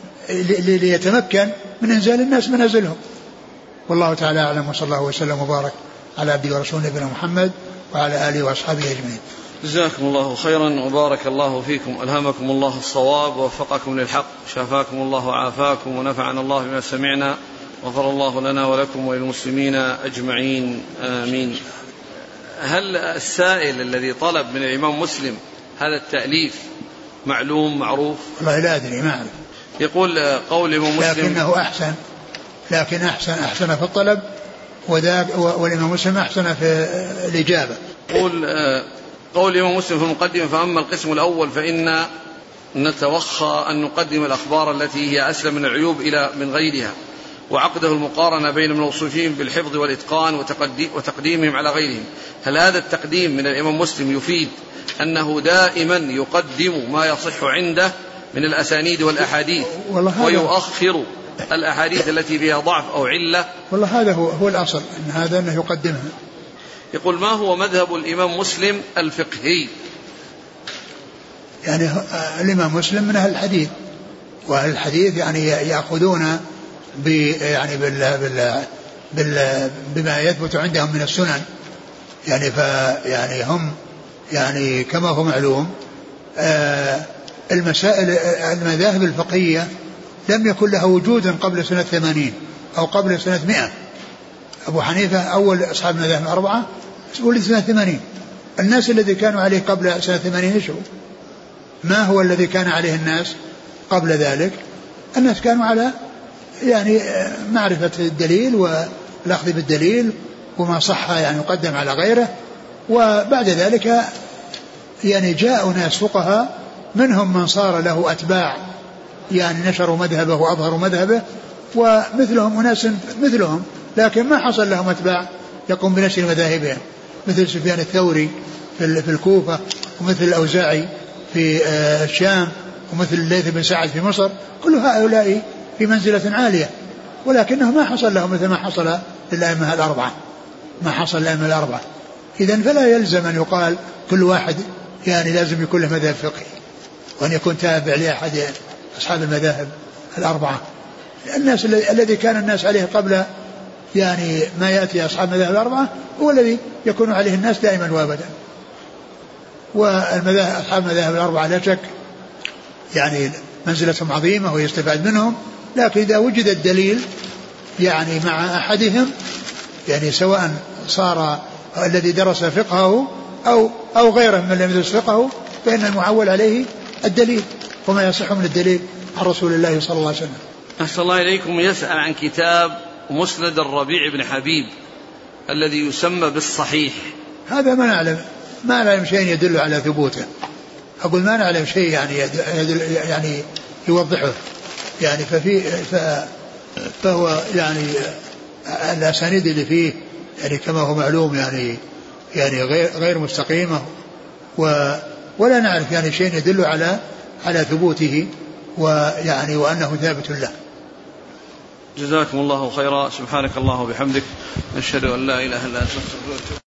[SPEAKER 1] ليتمكن من إنزال الناس منازلهم. والله تعالى أعلم، وصلى الله وسلم وبارك على عبده ورسوله نبينا محمد وعلى آله وأصحابه أجمعين.
[SPEAKER 2] جزاكم الله خيرا وبارك الله فيكم، ألهمكم الله الصواب ووفقكم للحق، شافاكم الله وعافاكم، ونفعنا الله بما سمعنا، غفر الله لنا ولكم وللمسلمين أجمعين، آمين. هل السائل الذي طلب من الإمام مسلم هذا التأليف معلوم معروف؟
[SPEAKER 1] والله لا أدري ما أعرف.
[SPEAKER 2] يقول قول الإمام مسلم
[SPEAKER 1] لكنه أحسن، لكن أحسن أحسن في الطلب، وذاك والإمام مسلم أحسن في الإجابة.
[SPEAKER 2] قول قول الإمام مسلم في المقدمة: فأما القسم الأول فإن نتوخى أن نقدم الأخبار التي هي أسلم من العيوب إلى من غيرها، وعقده المقارنة بين الموصوفين بالحفظ والإتقان وتقديمهم على غيرهم. هل هذا التقديم من الإمام مسلم يفيد أنه دائما يقدم ما يصح عنده من الأسانيد والأحاديث ويؤخر الأحاديث التي فيها ضعف أو علة؟
[SPEAKER 1] والله هذا هو, هو الأصل، أن هذا أنه يقدمها.
[SPEAKER 2] يقول: ما هو مذهب الإمام مسلم الفقهي؟
[SPEAKER 1] يعني الإمام مسلم من أهل الحديث، وأهل الحديث يعني يأخذون يعني بال بال بال بما يثبت عندهم من السنن، يعني فيعني هم يعني كما هو معلوم آه المسائل المذاهب الفقهية لم يكن لها وجودا قبل سنة ثمانين أو قبل سنة مئة. أبو حنيفة أول أصحاب المذاهب الأربعة ولد سنة ثمانين. الناس الذي كانوا عليه قبل سنة ثمانين إيش هو؟ ما هو الذي كان عليه الناس قبل ذلك؟ الناس كانوا على يعني معرفة الدليل والأخذ بالدليل وما صح يعني يقدم على غيره. وبعد ذلك يعني جاء ناس فقهاء منهم من صار له أتباع يعني نشروا مذهبه وأظهروا مذهبه، ومثلهم أناس مثلهم لكن ما حصل لهم أتباع يقوم بنشر مذاهبهم، مثل سفيان الثوري في الكوفة، ومثل الأوزاعي في الشام، ومثل الليث بن سعد في مصر. كل هؤلاء في منزلة عالية، ولكنه ما حصل لهم مثل ما حصل للأئمة الأربعة ما حصل للأئمة الأربعة. إذن فلا يلزم أن يقال كل واحد يعني لازم يكون له مذهب فقهي وأن يكون تابع لأحد أصحاب المذاهب الأربعة. الناس الذي كان الناس عليه قبل يعني ما يأتي أصحاب المذاهب الأربعة هو الذي يكون عليه الناس دائما وابدا. والمذاهب أصحاب المذاهب الأربعة لا شك يعني منزلتهم عظيمة ويستفاد منهم، لكن إذا وجد الدليل يعني مع أحدهم يعني سواء صار الذي درس فقهه أو أو غيره من لم يدرس فقهه، فإن المعول عليه الدليل وما يصح من الدليل عن رسول الله صلى الله عليه وسلم.
[SPEAKER 2] أحسن الله إليكم. يسأل عن كتاب مسند الربيع بن حبيب الذي يسمى بالصحيح.
[SPEAKER 1] هذا ما نعلم ما نعلم شيء يدل على ثبوته. أقول ما نعلم شيء يعني يدل يعني يوضحه يعني ففي فهو يعني الأسانيد اللي فيه يعني كما هو معلوم يعني يعني غير غير مستقيمة، ولا نعرف يعني شيء يدل على على ثبوته ويعني وأنه ثابت له.
[SPEAKER 2] جزاكم الله خيرا. سبحانك الله وبحمدك، نشهد أن لا إله إلا أنت.